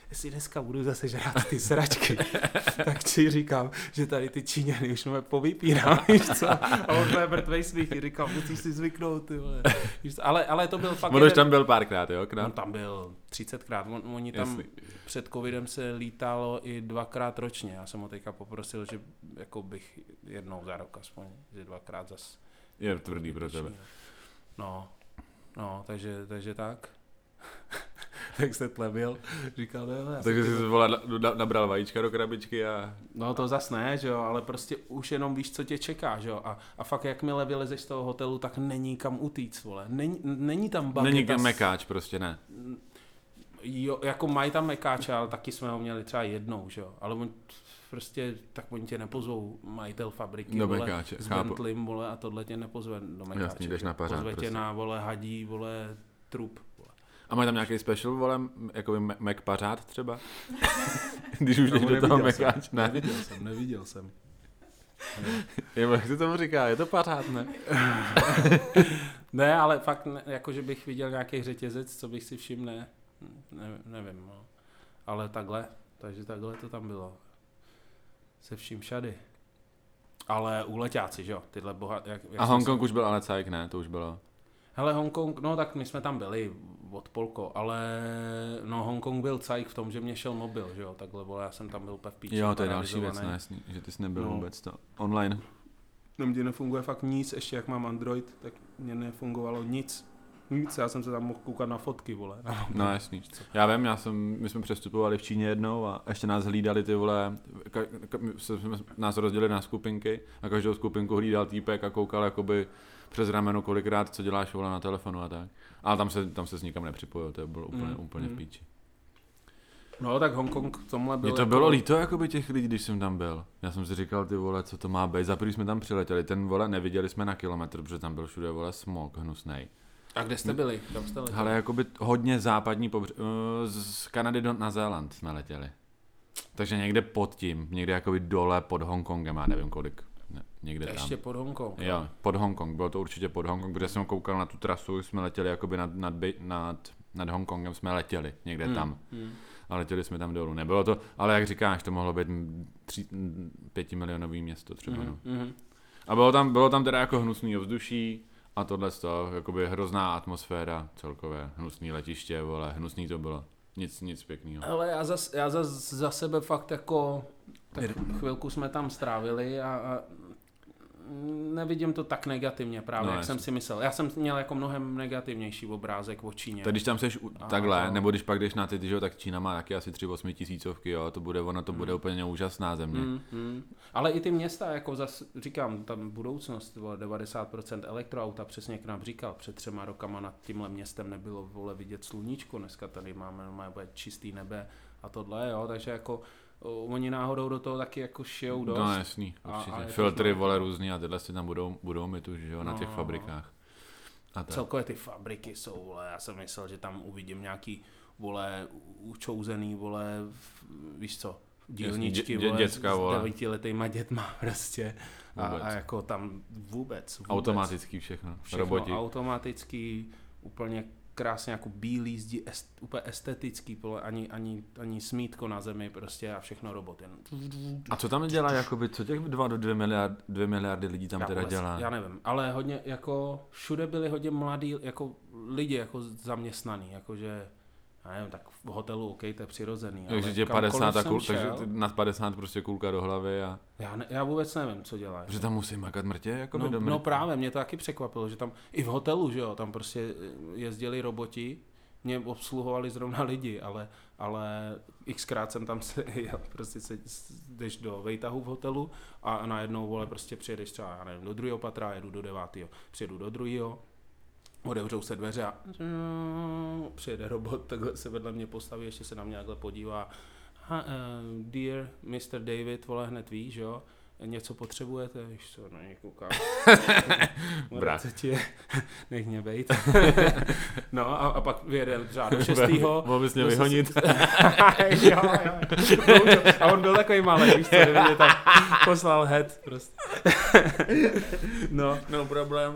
jestli dneska budu zase žrát ty sračky, tak si říkám, že tady ty Číňany už mě povypírám, víš co? A on to je mrtvej smích, říkám, musíš si zvyknout, ty vole. Ale to byl fakt... On už tam byl párkrát, jo? On tam byl 30krát, oni tam Jasný. před covidem se lítalo i 2krát ročně, já jsem ho teďka poprosil, že jako bych jednou za rok aspoň, že 2krát zas. Je tvrdý pro tebe. No, takže tak. Tak se tlebil, říkal, Takže jsi vole, nabral vajíčka do krabičky a... No to zas ne, že jo, ale prostě už jenom víš, co tě čeká, že jo, a fakt jakmile vylezeš z toho hotelu, tak není kam utíct, vole, není tam bageta. Není tam mekáč, prostě ne. Jo, jako mají tam mekáče, ale taky jsme ho měli třeba jednou, že jo, ale on prostě, tak oni tě nepozvou majitel fabriky, do vole, mekáče, s chápu. Bentlem, vole, a tohle tě nepozve do mekáče. Jasně, jdeš na pařád, pozve tě prostě. na, vole, hadí, vole, trup. A mají tam nějaký special, vole, jakoby Mac pařád třeba? Když už jdeš No, do toho mekáč, ne? Neviděl jsem. Jak se tomu říká, je to pařád, ne? Ne, ale fakt, ne, jako že bych viděl nějaký řetězec, co bych si všiml, ne, nevím, no. Ale takhle, takže takhle to tam bylo. Se vším všady. Ale úleťáci, že jo, tyhle jak A Hongkong už byl ale cajk, ne? To už bylo. Hele, Hongkong, no tak my jsme tam byli od Polko, ale no Hongkong byl cajk v tom, že mě šel mobil, že jo, takhle, vole, já jsem tam byl úplně v píči. Jo, to je další věc, no jasný, že ty jsi nebyl vůbec to online. No mě nefunguje fakt nic, ještě jak mám Android, tak mě nefungovalo nic. Nic, já jsem se tam mohl koukat na fotky, vole. No jasný. Já vím, my jsme přestupovali v Číně jednou a ještě nás hlídali ty vole, nás rozdělili na skupinky a každou skupinku hlídal týpek a koukal jakoby přes rameno kolikrát, co děláš vole na telefonu a tak. Ale tam se s nikam nepřipojil, to bylo úplně v píči. No tak Hongkong v tomhle byl. Mně to bylo líto jakoby těch lidí, když jsem tam byl. Já jsem si říkal, ty vole, co to má být. Za první jsme tam přiletěli, ten vole neviděli jsme na kilometr, protože tam byl všude vole smog hnusnej. A kde jste byli? Tam jste letěli? Ale jakoby hodně západní z Kanady na Zéland jsme letěli. Takže někde pod tím, někde jakoby dole pod Hongkongem, já nevím kolik. Někde tam. Ještě pod Hongkong. Jo, pod Hongkong, bylo to určitě pod Hongkong, protože jsem koukal na tu trasu, jsme letěli jakoby nad Hongkongem, jsme letěli někde tam. A letěli jsme tam dolů. Nebylo to, ale jak říkáš, to mohlo být 5 milionový město třeba. No. A bylo tam teda jako hnusný ovzduší a tohle z toho, jakoby hrozná atmosféra celkově, hnusný letiště, vole, hnusný to bylo. Nic pěkného. Ale já za sebe fakt jako, tak chvilku jsme tam strávili a nevidím to tak negativně právě, jak jsem si myslel. Já jsem měl jako mnohem negativnější obrázek o Číně. Tak když tam seš takhle, nebo když pak jdeš na ty, že, tak Čína má taky asi 3-8 tisícovky, jo, to bude úplně úžasná země. Ale i ty města, jako zas, říkám, tam budoucnost, 90% elektroauta, přesně jak nám říkal, před 3 rokama nad tímhle městem nebylo, vole, vidět sluníčko, dneska tady máme čistý nebe a tohle, jo, takže jako oni náhodou do toho taky jako šijou dost. No jasný, určitě. Filtry, vole, různý a tyhle si tam budou mít už, jo, na těch fabrikách. A celkově ty fabriky jsou, vole, já jsem myslel, že tam uvidím nějaký, vole, učouzený, vole, víš co, dílničky, vole, děcka, vole, s 9letýma dětma prostě. A jako tam vůbec. Automatický všechno roboti. Automatický, úplně krásně jako bílý zdi, úplně estetický, ani smítko na zemi prostě a všechno roboty. A co tam dělá, jakoby, co těch 2 miliardy lidí tam teda dělá? Já nevím, ale hodně, jako všude byli hodně mladí, jako lidi, jako zaměstnaný, jakože, já nevím, tak v hotelu, OK, to je přirozený. Takže tě 50 takže nad 50 prostě kulka do hlavy a... Já vůbec nevím, co dělá. Že tam musí makat mrtě, jako by no právě, mě to taky překvapilo, že tam i v hotelu, že jo, tam prostě jezdili roboti, mě obsluhovali zrovna lidi, ale xkrát jsem tam prostě jdeš do vejtahu v hotelu a najednou, vole, prostě přijedeš třeba, já nevím, do 2. patra, jedu do 9. Přijedu do 2. Otevřou se dveře a přijede robot, takhle se vedle mě postaví, ještě se na mě takhle podívá. Dear Mr. David, vole, hned víš, jo? Něco potřebujete? Víš co, no koukám. Brat. Nech mě bejt. No a pak vyjede třeba do 6. Mohl bys mě vyhonit. Jo. A on byl takový malý, víš co, mě tam poslal head prostě. No problém.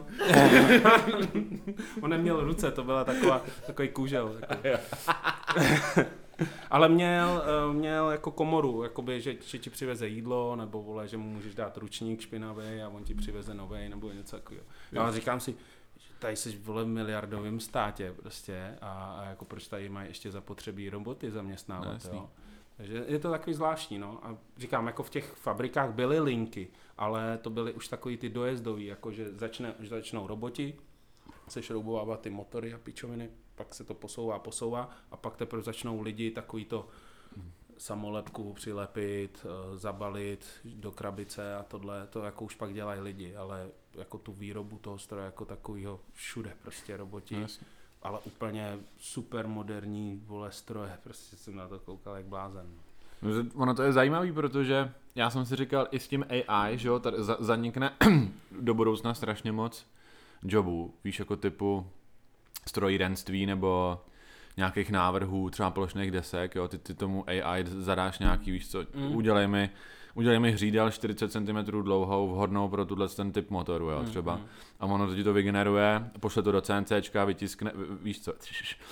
On neměl ruce, to byla takový kůžel. Ale měl jako komoru, jakoby, že ti přiveze jídlo, nebo vole, že mu můžeš dát ručník špinavý a on ti přiveze novej, nebo něco takového. Já říkám si, tady jsi vole v miliardovém státě prostě a jako proč tady mají ještě zapotřebí roboty zaměstnávat, jo. Takže je to takový zvláštní, no. A říkám, jako v těch fabrikách byly linky, ale to byly už takový ty dojezdový, jako že začnou roboti, se šroubovávat ty motory a pičoviny, pak se to posouvá a pak teprve začnou lidi takový to samolepku přilepit, zabalit do krabice a tohle, to jako už pak dělají lidi, ale jako tu výrobu toho stroje jako takovýho všude prostě roboti. No, ale úplně super moderní vole stroje, prostě jsem na to koukal jak blázen. Ono to je zajímavý, protože já jsem si říkal i s tím AI, že jo, tady zanikne do budoucna strašně moc jobů, víš, jako typu strojírenství nebo nějakých návrhů, třeba plošných desek, jo, ty tomu AI zadáš nějaký, víš co, udělej mi hřídel 40 cm dlouhou, vhodnou pro ten typ motoru, jo, třeba. A ono ti to vygeneruje, pošle to do CNCčka, vytiskne, víš co,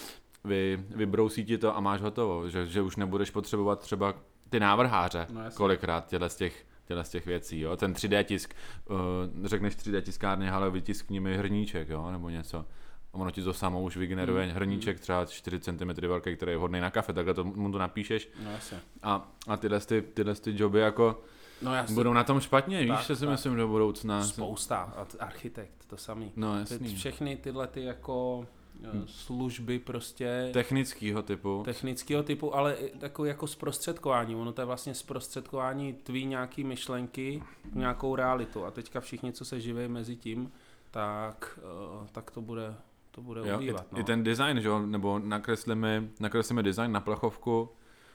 vybrousí ti to a máš hotovo, že už nebudeš potřebovat třeba ty návrháře, kolikrát těhle z těch věcí, jo, ten 3D tisk, řekneš 3D tiskárně, ale vytiskni mi hrníček, jo, nebo něco. A ono ti to samo už vygeneruje hrníček třeba 4 cm velký, který je vhodný na kafe, takhle mu to napíšeš. No jasně. A tyhle joby jako budou na tom špatně, víš, co si myslím do budoucna. Spousta, architekt, to samý. No jasný. Všechny tyhle ty jako služby prostě technického typu, ale takový jako zprostředkování. Ono to je vlastně zprostředkování tvý nějaký myšlenky v nějakou realitu. A teďka všichni, co se živí mezi tím, tak to bude ubývat. No. I ten design, že jo, nebo nakreslíme design na plechovku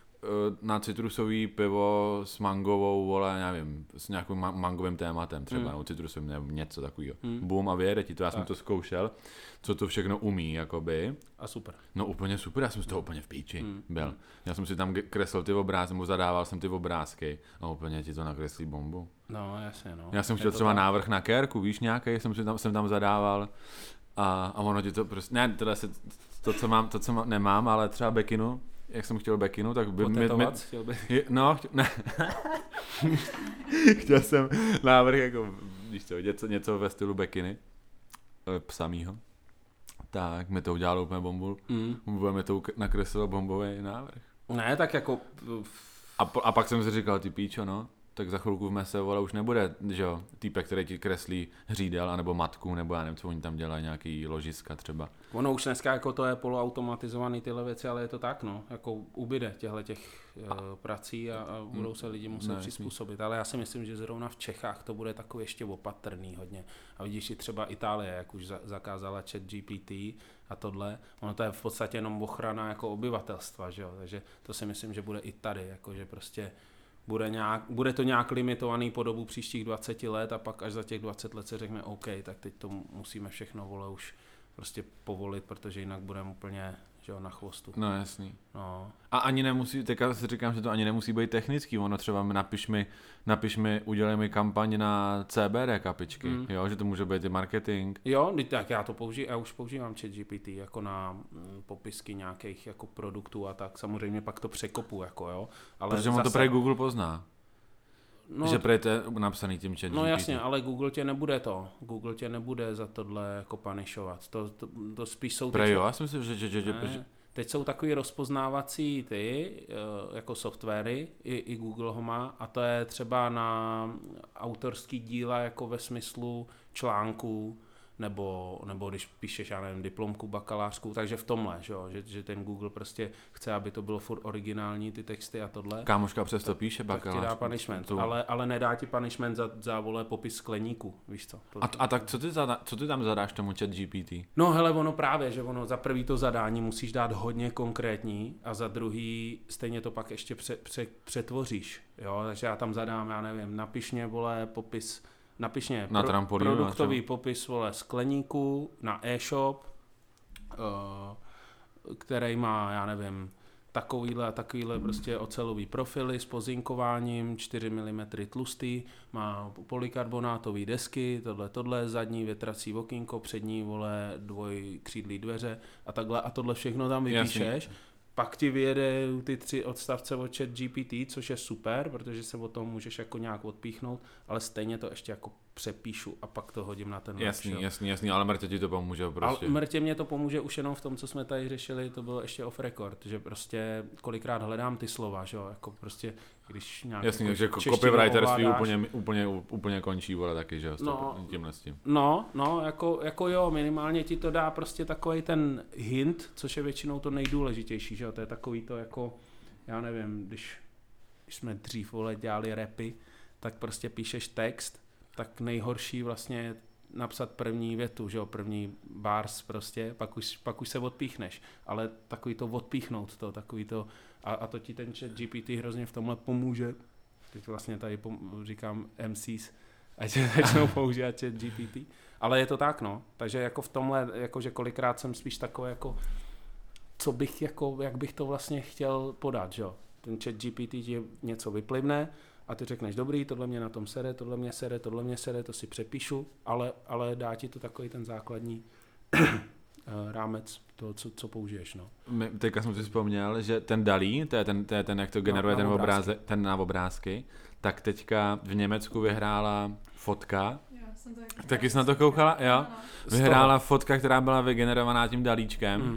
na citrusový pivo s mangovou, vole, nevím, s nějakým mangovým tématem třeba, nebo citrusovým, nebo něco takového. Boom a vyjede ti to, já jsem to zkoušel, co to všechno umí, jakoby. A super. No úplně super, já jsem z toho úplně v píči byl. Já jsem si tam kreslil ty obrázky, nebo zadával jsem ty obrázky a úplně ti to nakreslí bombu. No, jasně, no. Já jsem chtěl třeba návrh na kérku, víš, nějaký, jsem tam zadával a ono ti to prostě, ne, teda to, co nemám, ale třeba bekinu, jak jsem chtěl bekinu, tak by chtěl jsem návrh jako, víš co, něco ve stylu bekiny, psamýho, tak mi to udělalo úplně bombu, mi to nakreslil bombový návrh. Ne, tak jako... A pak jsem si říkal, ty píčo, no, tak za chvilku v mese, vole, už nebude, že jo, týpek, který ti kreslí hřídel, anebo matku, nebo já nevím, co oni tam dělají, nějaký ložiska třeba. Ono už dneska jako to je poloautomatizovaný tyhle věci, ale je to tak, no, jako ubyde těch prací a budou se lidi muset přizpůsobit, ale já si myslím, že zrovna v Čechách to bude takový ještě opatrný hodně. A vidíš i třeba Itálie, jak už zakázala ChatGPT a tohle, ono to je v podstatě jenom ochrana jako obyvatelstva, že jo, takže to si myslím, že bude i tady, jakože prostě bude to nějak limitovaný po dobu příštích 20 let a pak až za těch 20 let se řekne OK, tak teď to musíme všechno, vole, už prostě povolit, protože jinak budeme úplně, že jo, na chvostu. No jasný. No. A ani nemusí, teďka si říkám, že to ani nemusí být technický, ono třeba napiš mi, udělej mi kampaň na CBD kapičky, jo, že to může být i marketing. Jo, tak já už používám ChatGPT jako na popisky nějakých jako produktů a tak, samozřejmě pak to překopu, jako jo. Ale protože on to prej Google pozná. No, že prej to je napsaný tím ChatGPT. No jasně, ale Google tě nebude za tohle jako punishovat. To spíš jsou... Prej jo, já si myslím, že teď jsou takový rozpoznávací jako softwary, i Google ho má, a to je třeba na autorský díla jako ve smyslu článků, nebo když píšeš, já nevím, diplomku, bakalářku, takže v tomhle, že ten Google prostě chce, aby to bylo furt originální, ty texty a tohle. Kámoška přesto píše bakalářku. Tak ti dá punishment, ale nedá ti punishment za vole popis skleníku, víš co. A tak co ty tam zadáš tomu ChatGPT? No hele, ono právě, že ono za prvý to zadání musíš dát hodně konkrétní a za druhý stejně to pak ještě přetvoříš, jo, takže já tam zadám, já nevím, napiš mě, vole, popis, napiš mě produktový popis, vole, skleníku na e-shop, který má, já nevím, takovýhle prostě ocelový profily s pozinkováním, 4 mm tlustý, má polykarbonátový desky, tohle, zadní větrací okýnko, přední, vole, dvojkřídlý dveře a takhle, a tohle všechno tam vypíšeš. Pak ti vyjede ty 3 odstavce od ChatGPT, což je super, protože se od toho můžeš jako nějak odpíchnout, ale stejně to ještě jako přepíšu a pak to hodím na ten Jasný, ale mrtě ti to pomůže prostě. Ale mrtě mě to pomůže už jenom v tom, co jsme tady řešili, to bylo ještě off record, že prostě kolikrát hledám ty slova, že jo, jako prostě, když nějak... Jasný, jako takže copywriterství úplně končí, vole, taky, že jo, tímhle s tím. No, jako jo, minimálně ti to dá prostě takovej ten hint, což je většinou to nejdůležitější, že jo, to je takový to jako, já nevím, když jsme dřív, vole, dělali rapy, tak prostě píšeš text, tak nejhorší vlastně je napsat první větu, že jo, první bars prostě, pak už se odpíchneš, ale takový to odpíchnout to, takový to, a to ti ten ChatGPT hrozně v tomhle pomůže, teď vlastně tady říkám MCs, ať se začnou používat ChatGPT, ale je to tak, no, takže jako v tomhle, jakože kolikrát jsem spíš takový jako, co bych jako, jak bych to vlastně chtěl podat, že jo, ten ChatGPT ti něco vyplivne, a ty řekneš, dobrý, tohle mě na tom sere, tohle mě sere, to si přepíšu, ale dá ti to takový ten základní rámec toho, co použiješ. No. Teďka jsem si vzpomněl, že ten DALL-E, to je ten, jak to generuje ten na obrázky, tak teďka v Německu vyhrála fotka. Taky jsi na to koukala? Jo. Vyhrála fotka, která byla vygenerovaná tím DALL-íčkem.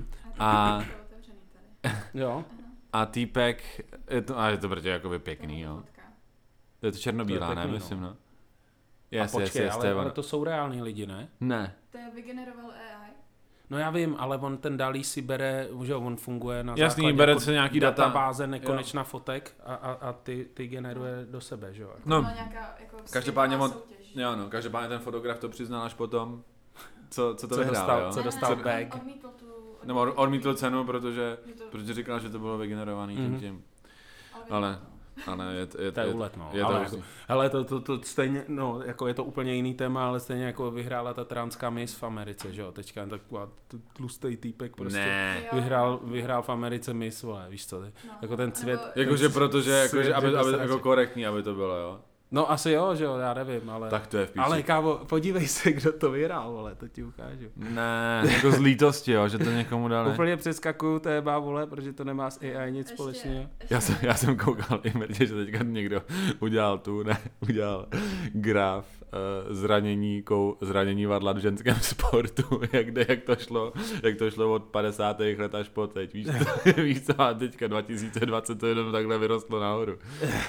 Jo. A týpek, je to protože jakoby pěkný, jo. Je to černobílá, ne, myslím, no. Yes, a počkej, ale to jsou reální lidi, ne? Ne. To je vygeneroval AI. No já vím, ale on ten DALL-E si bere, že on funguje na základě bere jako se nějaký databáze nekonečna fotek a ty generuje do sebe, že jo? No, nějaká, jako každopádně ten fotograf to přiznal až potom, co to vyhrál, jo? Co dostal bag. Odmítl cenu, protože říkal, že to bylo vygenerovaný tím. Ale to je úlet, no. Ale to stejně, no, jako je to úplně jiný téma, ale stejně jako vyhrála ta transká Miss v Americe, že jo, teďka taková tlustý týpek prostě vyhrál v Americe Miss, vole, víš co, jako ten cvět. Jakože protože, aby jako korektní, aby to bylo, jo. No asi jo, že jo, já nevím, ale... Tak to je v píči. Ale kámo, podívej se, kdo to vyhrál, vole, to ti ukážu. Ne, jako z lítosti, jo, že to někomu dali. Úplně přeskakuju téma, vole, protože to nemá s AI nic společného. Já jsem koukal i že teďka někdo udělal graf zranění vadla v ženském sportu, jak to šlo od 50. let až po teď, víš co, a teďka 2020 to jenom takhle vyrostlo nahoru.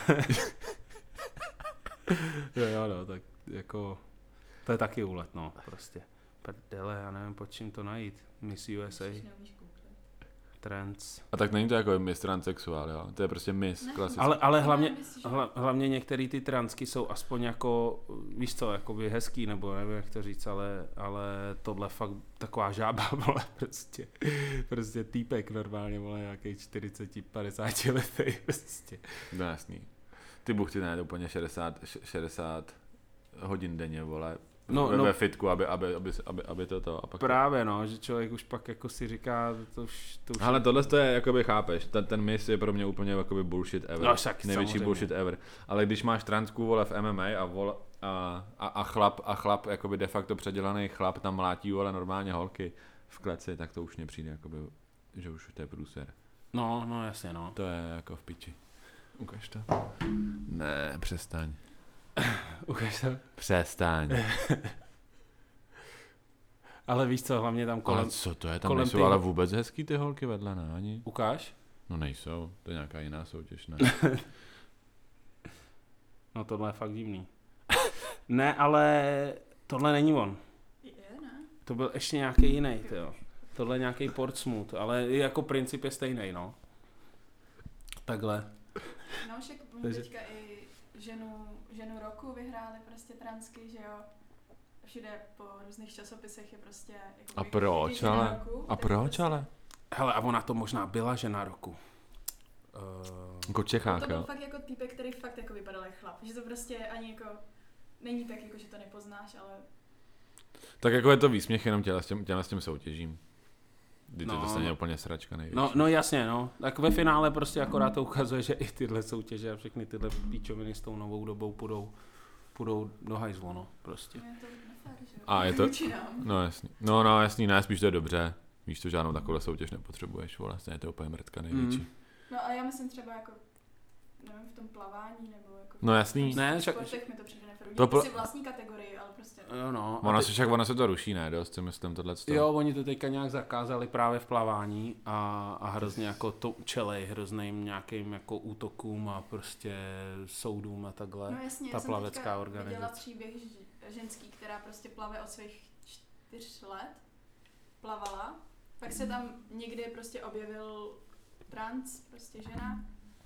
Jo, no, tak jako, to je taky úlet, no, prostě. Prdele, já nevím, pod čím to najít. Miss USA. Trans. A tak není to jako Miss Transsexuál, jo? To je prostě Miss klasicky. Ale hlavně některé ty transky jsou aspoň jako, víš co, jakoby hezký, nebo nevím, jak to říct, ale tohle fakt taková žába, vole, prostě týpek normálně, vole, nějaký 40-50 letý, prostě. No jasný. Ty buchty najde úplně 60 hodin denně, vole, ve fitku, aby toto. A pak právě, no, že člověk už pak jako si říká, to už... Ale tohle to je, jakoby chápeš, ten Miss je pro mě úplně jakoby bullshit ever, no, však, největší samozřejmě. Bullshit ever, ale když máš transku, vole, v MMA a chlap, jakoby de facto předělaný chlap tam mlátí, vole, normálně holky v kleci, tak to už mně přijde, jakoby, že už to je průser. No, jasně, no. To je jako v piči. Ukaž to. Ne, přestaň. Ukaž to. Přestaň. Ale víš co, hlavně tam kolem... Ale co to je? Tam nejsou ale vůbec hezký ty holky vedle, ne? Ani? Ukáž? No nejsou, to je nějaká jiná soutěž, ne? No tohle je fakt divný. Ne, ale tohle není on. Ne? To byl ještě nějaký jiný, jo. Tohle je nějaký Portsmouth, ale jako princip je stejný, no. Takhle. No však teďka i ženu roku vyhráli prostě transky, že jo. Všude po různých časopisech je prostě... Jako a proč ale? Prostě... Hele, a ona to možná byla žena roku. Jako Čechák, to byl jo. fakt jako týpek, který fakt jako vypadal jak chlap. Že to prostě ani jako... Není tak jako, že to nepoznáš, ale... Tak jako je to výsměch jenom těm s tím soutěžím. Když to stejně úplně sračka největší. No jasně, no. Tak ve finále prostě akorát to ukazuje, že i tyhle soutěže a všechny tyhle píčoviny s tou novou dobou půjdou do hajzlu, no. Prostě. Je to nefér, že jo? A je to... No jasný. No jasný, ne, spíš to je dobře. Víš to, žádnou takovou soutěž nepotřebuješ, vlastně je to úplně mrtka největší. No a já myslím třeba jako, nevím, v tom plavání, nebo jako No jasný. v sportech mi to přijde nefér. Udělat si vlastní kategorii, ale prostě... No. Ono se to ruší, ne? Dost si myslím tohleto. Jo, oni to teďka nějak zakázali právě v plavání a hrozně jako to čelej hrozných nějakým jako útokům a prostě soudům a takhle. No jasně, ta plavecká organizace. Viděla příběh ženský, která prostě plave od svých 4 let, plavala, pak se tam někdy prostě objevil trans prostě žena,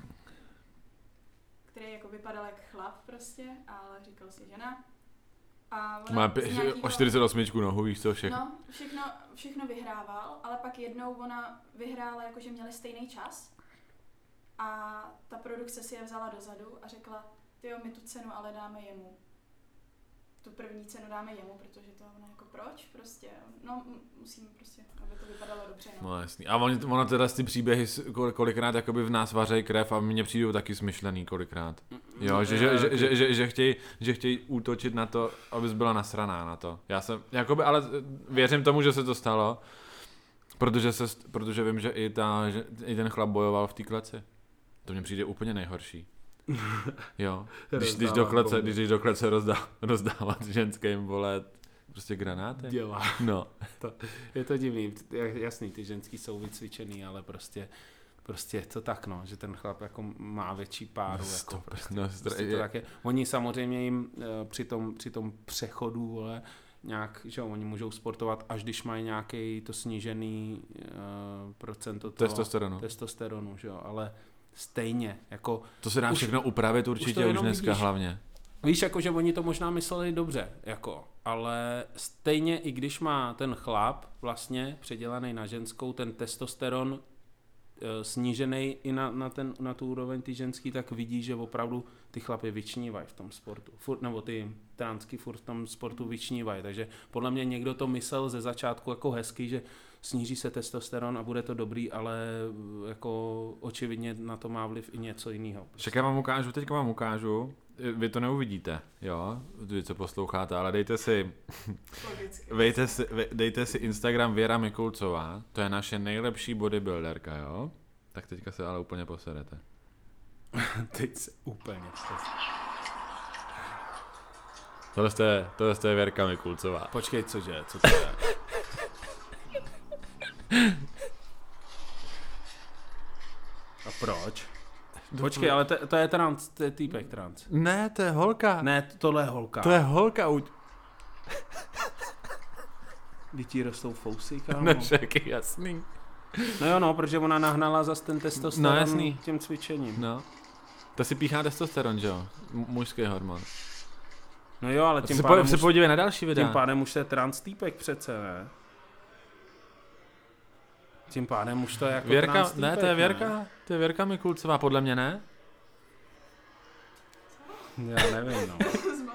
který jako vypadal jak chlap prostě, ale říkal si žena. A má o 48 nohu, víš co, všechno. No, všechno vyhrával, ale pak jednou ona vyhrála, jakože měli stejný čas a ta produkce si je vzala dozadu a řekla, tyjo, my tu cenu ale dáme jemu. Tu první cenu dáme jemu, protože to ono jako proč prostě, no musíme prostě, aby to vypadalo dobře. No jasný. A ono teda ty příběhy kolikrát jakoby v nás vařejí krev a mně přijdou taky smyšlený kolikrát. Jo, že chtějí útočit na to, abys byla nasraná na to. Já jsem, jakoby, ale věřím tomu, že se to stalo, protože vím, že i ten chlap bojoval v té kleci. To mně přijde úplně nejhorší. Jo, když do klece rozdávat ženským, vole, prostě granáty. Dělá. No. Je to divný, jasný, ty ženský jsou vycvičený, ale prostě je to tak, no, že ten chlap jako má větší páru. Jako prostě to tak je. Oni samozřejmě jim při tom přechodu, vole, nějak, že oni můžou sportovat, až když mají nějaký to snížený procento testosteronu, že jo, ale stejně, jako... To se dá všechno upravit určitě už dneska vidíš, hlavně. Víš, jako, že oni to možná mysleli dobře, jako, ale stejně i když má ten chlap vlastně předělaný na ženskou, ten testosteron snížený i na tu úroveň ty ženský, tak vidí, že opravdu ty chlapy vyčnívají v tom sportu. Nebo ty transky furt v tom sportu vyčnívají, takže podle mě někdo to myslel ze začátku jako hezky, že sníží se testosteron a bude to dobrý, ale jako očividně na to má vliv i něco jiného. Však teďka vám ukážu, vy to neuvidíte, jo, vy co posloucháte, ale dejte si Instagram Věra Mikulcová, to je naše nejlepší bodybuilderka, jo, tak teďka se ale úplně posedete. Teď se úplně Tohle je Věrka Mikulcová. Počkej, cože, co to je? A proč? Počkej, ale to je trans, to je týpek trans. Ne, to je holka. Ne, tohle je holka. To je holka. Děti rostou fousy, kámo. No však, jasný. No jo, no, protože ona nahnala zas ten testosteron, no, jasný, tím cvičením. No. To si píchá testosteron, že jo? Mužský hormon. No jo, ale tím pádem se podívej na další videa. Tím pádem už to je trans týpek přece, ne? Tím pádem už to je jako Věrka, trans týpek, ne, to je Věrka, ne? To je Věrka Mikulcová, podle mě, ne? Já nevím, no.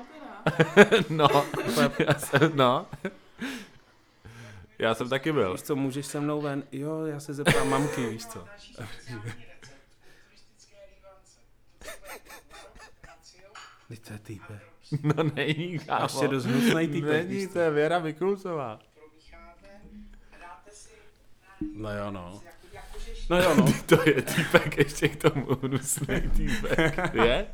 No. Já jsem taky byl. Víš co, můžeš se mnou ven? Jo, já se zeptám mamky, víš co. Teď to je týpek. No není, kámo. Ještě dost hnusnej týpek. Není, to je Věra Mikulcová. No jo, no. No jo, no. To je týpek, ještě k tomu hnusnej týpek. Je?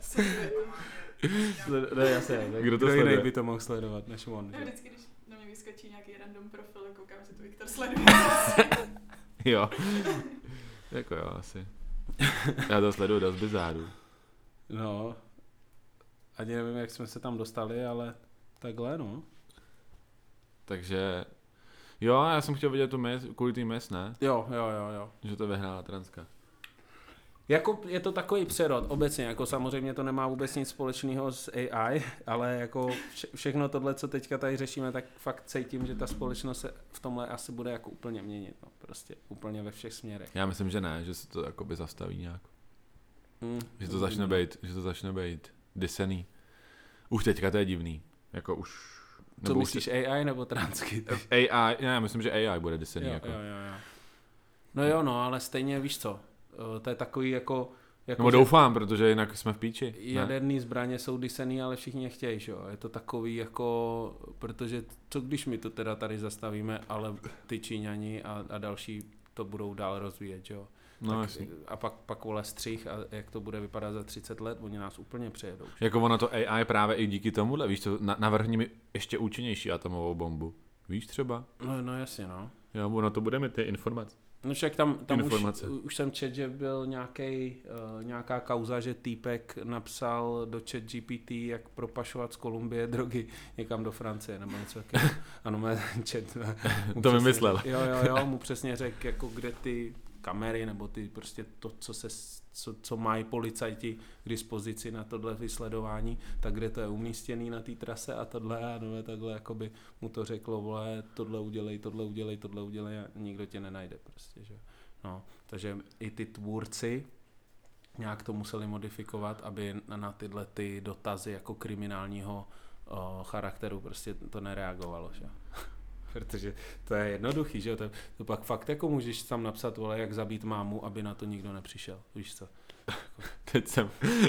No jasně, kdo to sleduje? by to mohl sledovat, než on. No, vždycky, když na mě vyskočí nějaký random profil, koukám, že to Viktor sleduje. Jo. Jako jo, asi. Já to sleduju dost bizáru. No. Ani nevím, jak jsme se tam dostali, ale takhle, no. Takže... Jo, já jsem chtěl vidět tu Miss, kvůli tý Miss, ne? Jo. Že to vyhrála transka. Jako je to takový přerod, obecně, jako samozřejmě to nemá vůbec nic společného s AI, ale jako všechno tohle, co teďka tady řešíme, tak fakt cítím, že ta společnost se v tomhle asi bude jako úplně měnit, no, prostě úplně ve všech směrech. Já myslím, že ne, že se to jakoby zastaví nějak. Že to začne být disený. Už teďka to je divný, jako už... Co myslíš, AI nebo transky? AI, já myslím, že AI bude disený. Jo. No jo, no, ale stejně víš co, to je takový jako Nebo doufám, protože jinak jsme v píči. Jaderný zbraně jsou dysený, ale všichni je chtějí, jo. Je to takový jako, protože co když my to teda tady zastavíme, ale ty Číňani a další to budou dál rozvíjet, jo. No, a pak vole střih a jak to bude vypadat za 30 let, oni nás úplně přejedou. Jako ono to AI právě i díky tomuhle, víš co, navrhni mi ještě účinnější atomovou bombu. Víš třeba? No jasně, no. Jo, ono to bude mít ty informace. No však tam už jsem četl, že byl nějaká kauza, že týpek napsal do ChatGPT, jak propašovat z Kolumbie drogy někam do Francie, nebo něco takového. Ano, to vymyslel. Jo, mu přesně řekl, jako kde ty kamery, nebo ty prostě to, co mají policajti k dispozici na tohle vysledování, tak kde to je umístěný na té trase a tohle, ano, takhle jakoby mu to řeklo, vole, tohle udělej a nikdo tě nenajde prostě, že. No, takže i ty tvůrci nějak to museli modifikovat, aby na tyhle ty dotazy jako kriminálního charakteru prostě to nereagovalo, že. Protože to je jednoduchý, že jo, to pak fakt jako můžeš tam napsat, vole, jak zabít mámu, aby na to nikdo nepřišel, víš co. Teď jsem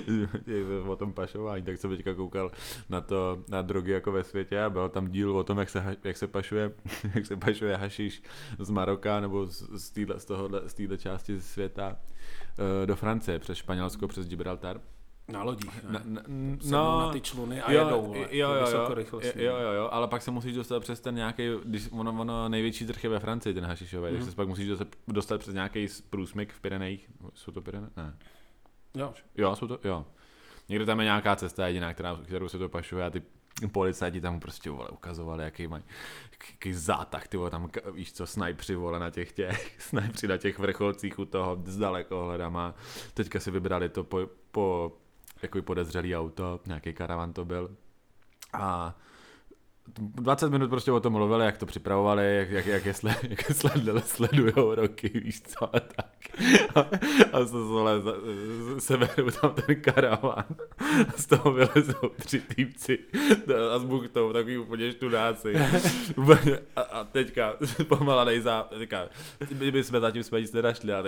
o tom pašování, tak jsem teďka koukal na drogy jako ve světě a byl tam díl o tom, jak se pašuje hašiš z Maroka nebo z téhle části světa do Francie, přes Španělsko, přes Gibraltar. Na lodích, na ty čluny a jedou, jo, ale pak se musíš dostat přes ten nějaký, když ono největší trh je ve Francii, ten hašišový, takže se pak musíš dostat přes nějaký průsmyk v Pyrenejích. Jsou to Pyreneje? Ne. Jo, jsou to, jo. Někde tam je nějaká cesta jediná, kterou se to pašuje a ty policajti tam prostě, vole, ukazovali, jaký zátah, ty vole, tam, víš co, snajpři, vole, snajpři na těch vrcholcích u toho s dalekohledama. Teďka si vybrali to po jako podezřelý auto, nějaký karavan to byl. A 20 minut prostě o tom mluvili, jak to připravovali, jak je sledujou roky, víš co, a tak. A seberou tam ten karavan a z toho vylezou 3 týpci a s buchtou, takový úplně študáci. A teďka pomalanej teďka my jsme zatím nic nenašli a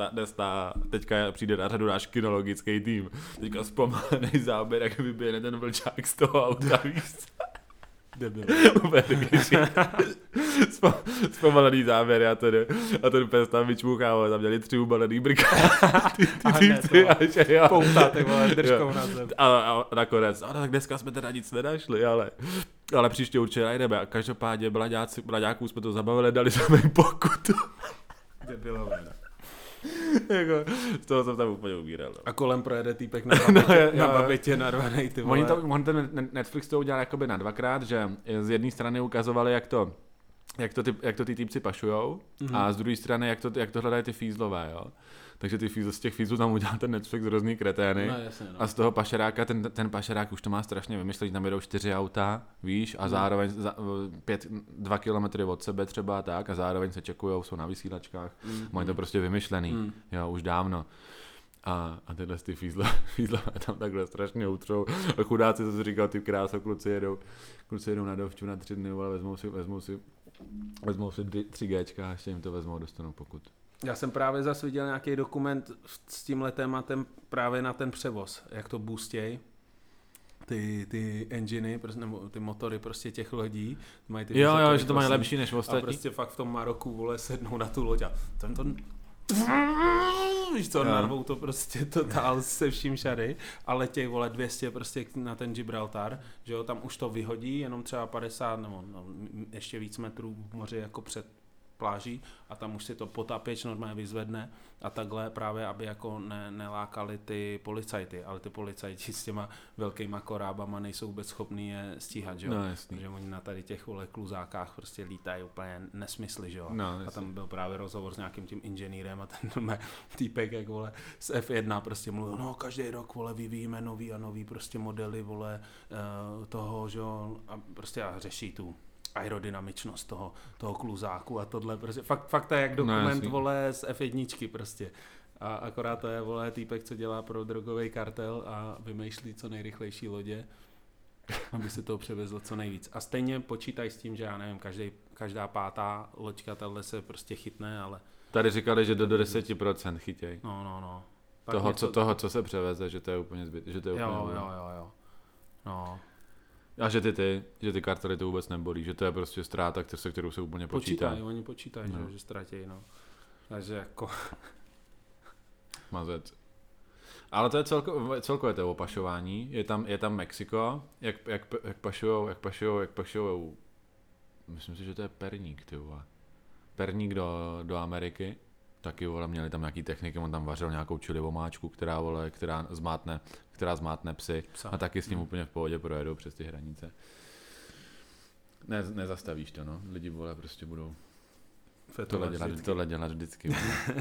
teďka přijde na řadu náš kinologický tým. Teďka zpomalenej záběr, jak vyběhne ten vlčák z toho auta, víš co. Debil. Zpomalený záběr a ten pes tam vyčmuchával, tam měli 3 ubalený brka. Ty pouta, ty vole, držkou na zem. A nakonec, tak dneska jsme teda nic nenašli, ale příště určitě najdeme. A každopádně mlaďáků jsme to zabavili, dali jsme jim pokutu. Debilové, ne? Jako, z toho jsem tam úplně umíral. A kolem projede týpek na babetě narvanej, ty vole. Oni ten Netflix to udělal jakoby na 2krát, že z jedné strany ukazovali, jak to ty týpci pašujou, a z druhé strany, jak to hledají ty fízlové, jo. Takže z těch fízlů tam udělal ten Netflix různý kretény, no, jasně, no. A z toho pašeráka, ten pašerák už to má strašně vymyšlený, tam jedou 4 auta, víš, a zároveň 2 kilometry od sebe třeba tak, a zároveň se čekujou, jsou na vysílačkách, mají to prostě vymyšlený, jo, už dávno. A tyhle ty fízle tam takhle strašně utřou. A chudáci, co jsi říkal, ty kráso, kluci jedou na dovču na 3 dny, ale vezmou si 3Gčka a ještě jim to vezmou, dostanou pokud. Já jsem právě zase viděl nějaký dokument s tímhle tématem právě na ten převoz, jak to boostěj. Ty enginy, nebo ty motory prostě těch lodí. Mají ty jo, že to mají lepší než ostatní. A prostě fakt v tom Maroku, vole, sednou na tu loď a víš co, narvou to prostě totál se vším šary, ale těch, vole, 200 prostě na ten Gibraltar, že jo, tam už to vyhodí, jenom třeba 50 nebo ještě víc metrů v moři jako před pláží a tam už si to potapěč normálně vyzvedne a takhle právě, aby jako nelákali ty policajty, ale ty policajti s těma velkýma korábama nejsou vůbec schopní je stíhat, že jo? No, jasný. Protože oni na tady těch, vole, kluzákách prostě lítají úplně nesmysly, že jo? No, a tam byl právě rozhovor s nějakým tím inženýrem a ten týpek, jak, vole, z F1 prostě mluvil, no každý rok, vole, vyvíjíme nový a nový prostě modely, vole, toho, že jo? A prostě řeší tu aerodynamičnost toho kluzáku a tohle, prostě fakt to je jak dokument, vole, z F1 prostě. A akorát to je, vole, týpek, co dělá pro drogový kartel a vymýšlí co nejrychlejší lodě, aby se toho převezlo co nejvíc. A stejně počítají s tím, že já nevím, každá 5. loďka tahle se prostě chytne, ale... Tady říkali, že do 10% chytěj. No. Toho, co se převeze, že to je úplně že to je úplně Jo. No. A že ty kartely to vůbec nebolí, že to je prostě ztráta, se kterou se úplně počítá. Oni počítají, že ztratějí, no. Takže jako... Mazec. Ale to je celkově to opašování. Je tam Mexiko, jak pašujou, myslím si, že to je perník, ty vole. Perník do Ameriky. Taky, vole, měli tam nějaký techniky, on tam vařil nějakou chili omáčku, která zmátne psy. A taky s ním úplně v pohodě projedou přes ty hranice. Nezastavíš to, no. Lidi, vole, prostě budou tohle dělat vždycky.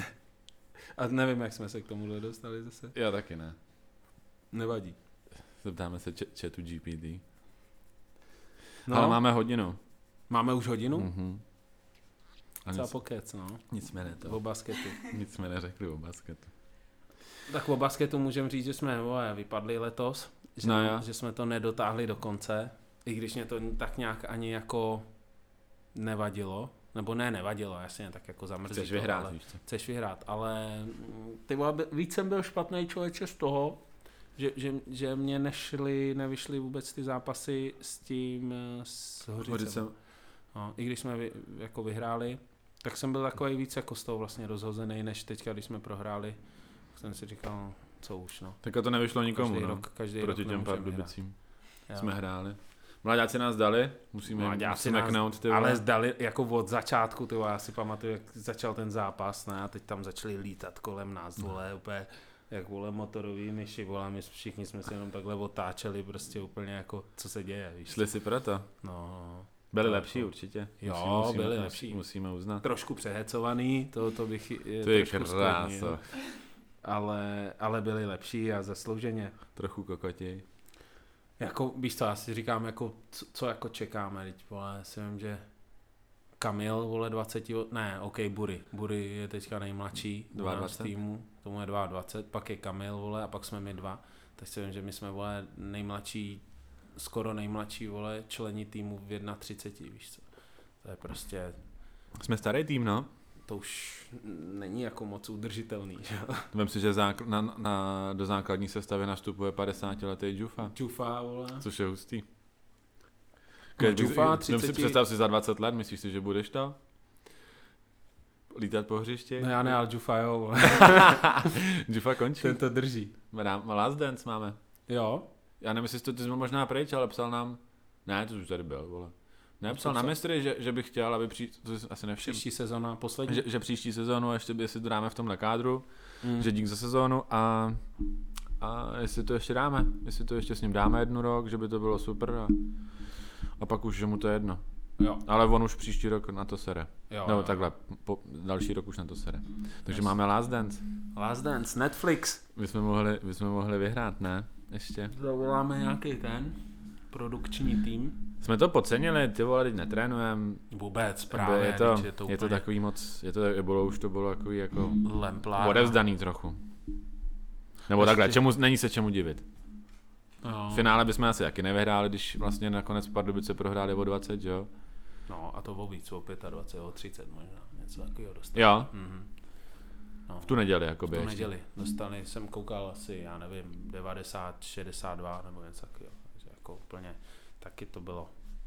A nevím, jak jsme se k tomuhle dostali zase. Já taky ne. Nevadí. Zeptáme se chatu GPT. No. Ale máme hodinu. Máme už hodinu? Mhm. Třeba pokec, no. Nic jsme o basketu. Nic jsme neřekli o basketu. Tak o basketu můžeme říct, že jsme vypadli letos. Že jsme to nedotáhli do konce. I když mě to tak nějak ani jako nevadilo. Nebo nevadilo, jasně, tak jako zamrzí. Chceš vyhrát, ale ty vole, víc jsem byl špatný člověče z toho, že mě nevyšly vůbec ty zápasy s Hořicem. No, i když jsme jako vyhráli, tak jsem byl takový víc jako z toho vlastně rozhozený, než teďka, když jsme prohráli. Jsem si říkal, co už, no. Tak to nevyšlo nikomu, každý proti rok těm Pardubicím jsme hráli. Mladáci nás dali, musíme knout, ty vole. Ale zdali jako od začátku, ty vole, já si pamatuju, jak začal ten zápas, ne, a teď tam začali lítat kolem nás, vole, úplně jak, vole, motorový myši, vole, my všichni jsme se jenom takhle otáčeli, prostě úplně jako, co se děje, víš. Šli si proto? No. Byli lepší určitě. Jo, byli lepší. Musíme uznat. Trošku přehecovaný, to bych ty krása. Ale byli lepší a zaslouženě. Trochu kokotěj. Jako, víš co, já si říkám, jako, co jako čekáme, teď, vole, si vím, že Kamil, vole, Bury je teďka nejmladší, 22 týmu, tomu je 22, pak je Kamil, vole, a pak jsme my dva, tak si vím, že my jsme, vole, skoro nejmladší, vole, členi týmu v 31, víš co, to je prostě... Jsme starý tým, no. To už není jako moc udržitelný, že jo. Vem si, že do základní sestavy nastupuje 50letý Džufa, vole. Což je hustý. Džufa 30... Představ si za 20 let, myslíš si, že budeš to? Lítat po hřišti? No já ne, ale Džufa jo, vole. Džufa končí. Ten to drží. Last Dance máme. Jo. Já nevím, jestli ty jsi možná pryč, ale psal nám... Ne, to už tady byl, vole. Nepsal na mistry, že bych chtěl, aby asi nevšim. Příští sezóna, poslední. Že příští sezónu, ještě jestli to dáme v tomhle kádru, že dík za sezónu a jestli to ještě dáme, jestli to ještě s ním dáme 1 rok, že by to bylo super a pak už, že mu to je jedno. Jo. Ale on už příští rok na to sere. Jo. Takhle, další rok už na to sere. Takže máme Last Dance. Last Dance, Netflix. Bychom mohli vyhrát, ne? Ještě. Zavoláme nějaký ten produkční tým. Jsme to podcenili, ty vole, teď netrénujeme. Vůbec, právě. Je to takový moc, už to bylo takový jako lemplár. Odevzdaný trochu. Nebo takhle, není se čemu divit. No. V finále bychom asi taky nevyhráli, když vlastně nakonec Pardubice prohráli o 20, jo? No a to o víc, o 25, o 30 možná, něco takového dostali. Jo? Mm-hmm. No. V tu neděli jakoby. V tu neděli dostali, jsem koukal asi, já nevím, 90, 62 nebo něco takového. Takže jako úplně, taky to bylo.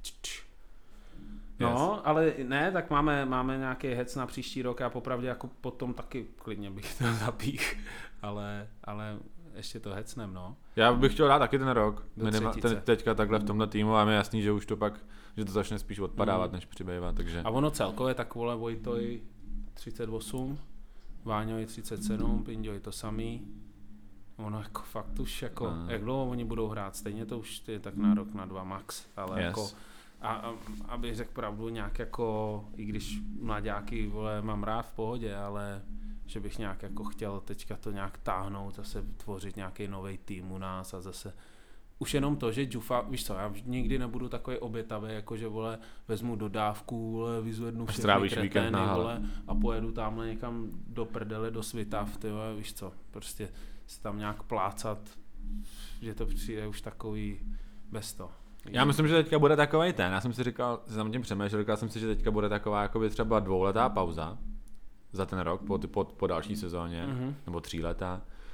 No, ale ne, tak máme nějaký hec na příští rok a popravdě jako potom taky klidně bych to zapích, ale ještě to hecnem, no. Já bych chtěl dát taky ten rok, teďka takhle v tomhle týmu a mi jasný, že už to pak, že to začne spíš odpadávat, než přibývat, takže. A ono celkově tak, vole, Vojtoj 38, Váňovi 37, Pinďovi to samý. Ono jako fakt už jako, jak dlouho oni budou hrát, stejně to už je tak na rok, na 2 max, ale jako, abych řekl pravdu, nějak jako, i když mlaďáky, vole, mám rád v pohodě, ale že bych nějak jako chtěl teďka to nějak táhnout, zase tvořit nějaký nový tým u nás a zase, už jenom to, že Džufa, víš co, já nikdy nebudu takový obětavý, jako že, vole, vezmu dodávku, vole, vyzvednu všechny kretény, vole, a pojedu tamhle někam do prdele, do Svitav, ty vole, víš co, prostě se tam nějak plácat, že to přijde už takový bez to. Já myslím, že teďka bude takovej ten, já jsem si říkal, jsem tím přemýšlel, říkal jsem si, že teďka bude taková jakoby třeba 2letá pauza za ten rok po další sezóně, nebo 3letá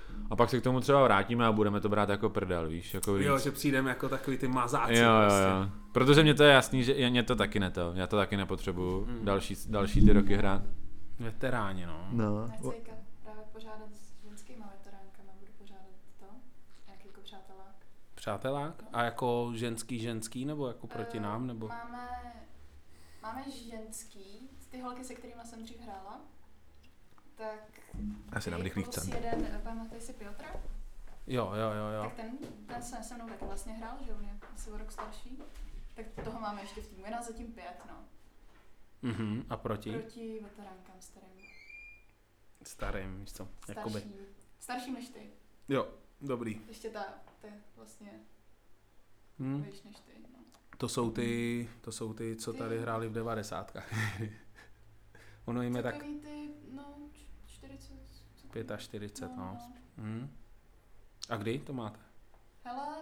A pak se k tomu třeba vrátíme a budeme to brát jako prdel, víš, jako víc. Jo, že přijdeme jako takový ty mazáci. Jo. Prostě. Protože mě to je jasný, že mě to taky já to taky nepotřebuju další ty roky hrát. Veteráni, no. Nechci právě pořádat s ženskýma veteránkama, budu pořádat to, nějaký jako přátelák. Přátelák? A jako ženský, nebo jako proti nám, nebo? Máme ženský, ty holky, se kterými jsem dřív hrála, tak Asi nám rychlých plus jeden, pamatuješ si Piotra? Jo. Tak ten se mnou taky vlastně hrál, že on je asi o rok starší. Tak toho máme ještě v týmu, je nás zatím 5, no. A proti? Proti veteránkám starým. Starým, víš co? Jakoby. Starším než ty. Jo, dobrý. Ještě to je vlastně víš než ty, no. To jsou ty, co tady hráli v 90kách. Ono jim je tak... Takový ty, no, 40. 45, no. A kdy to máte? Hele,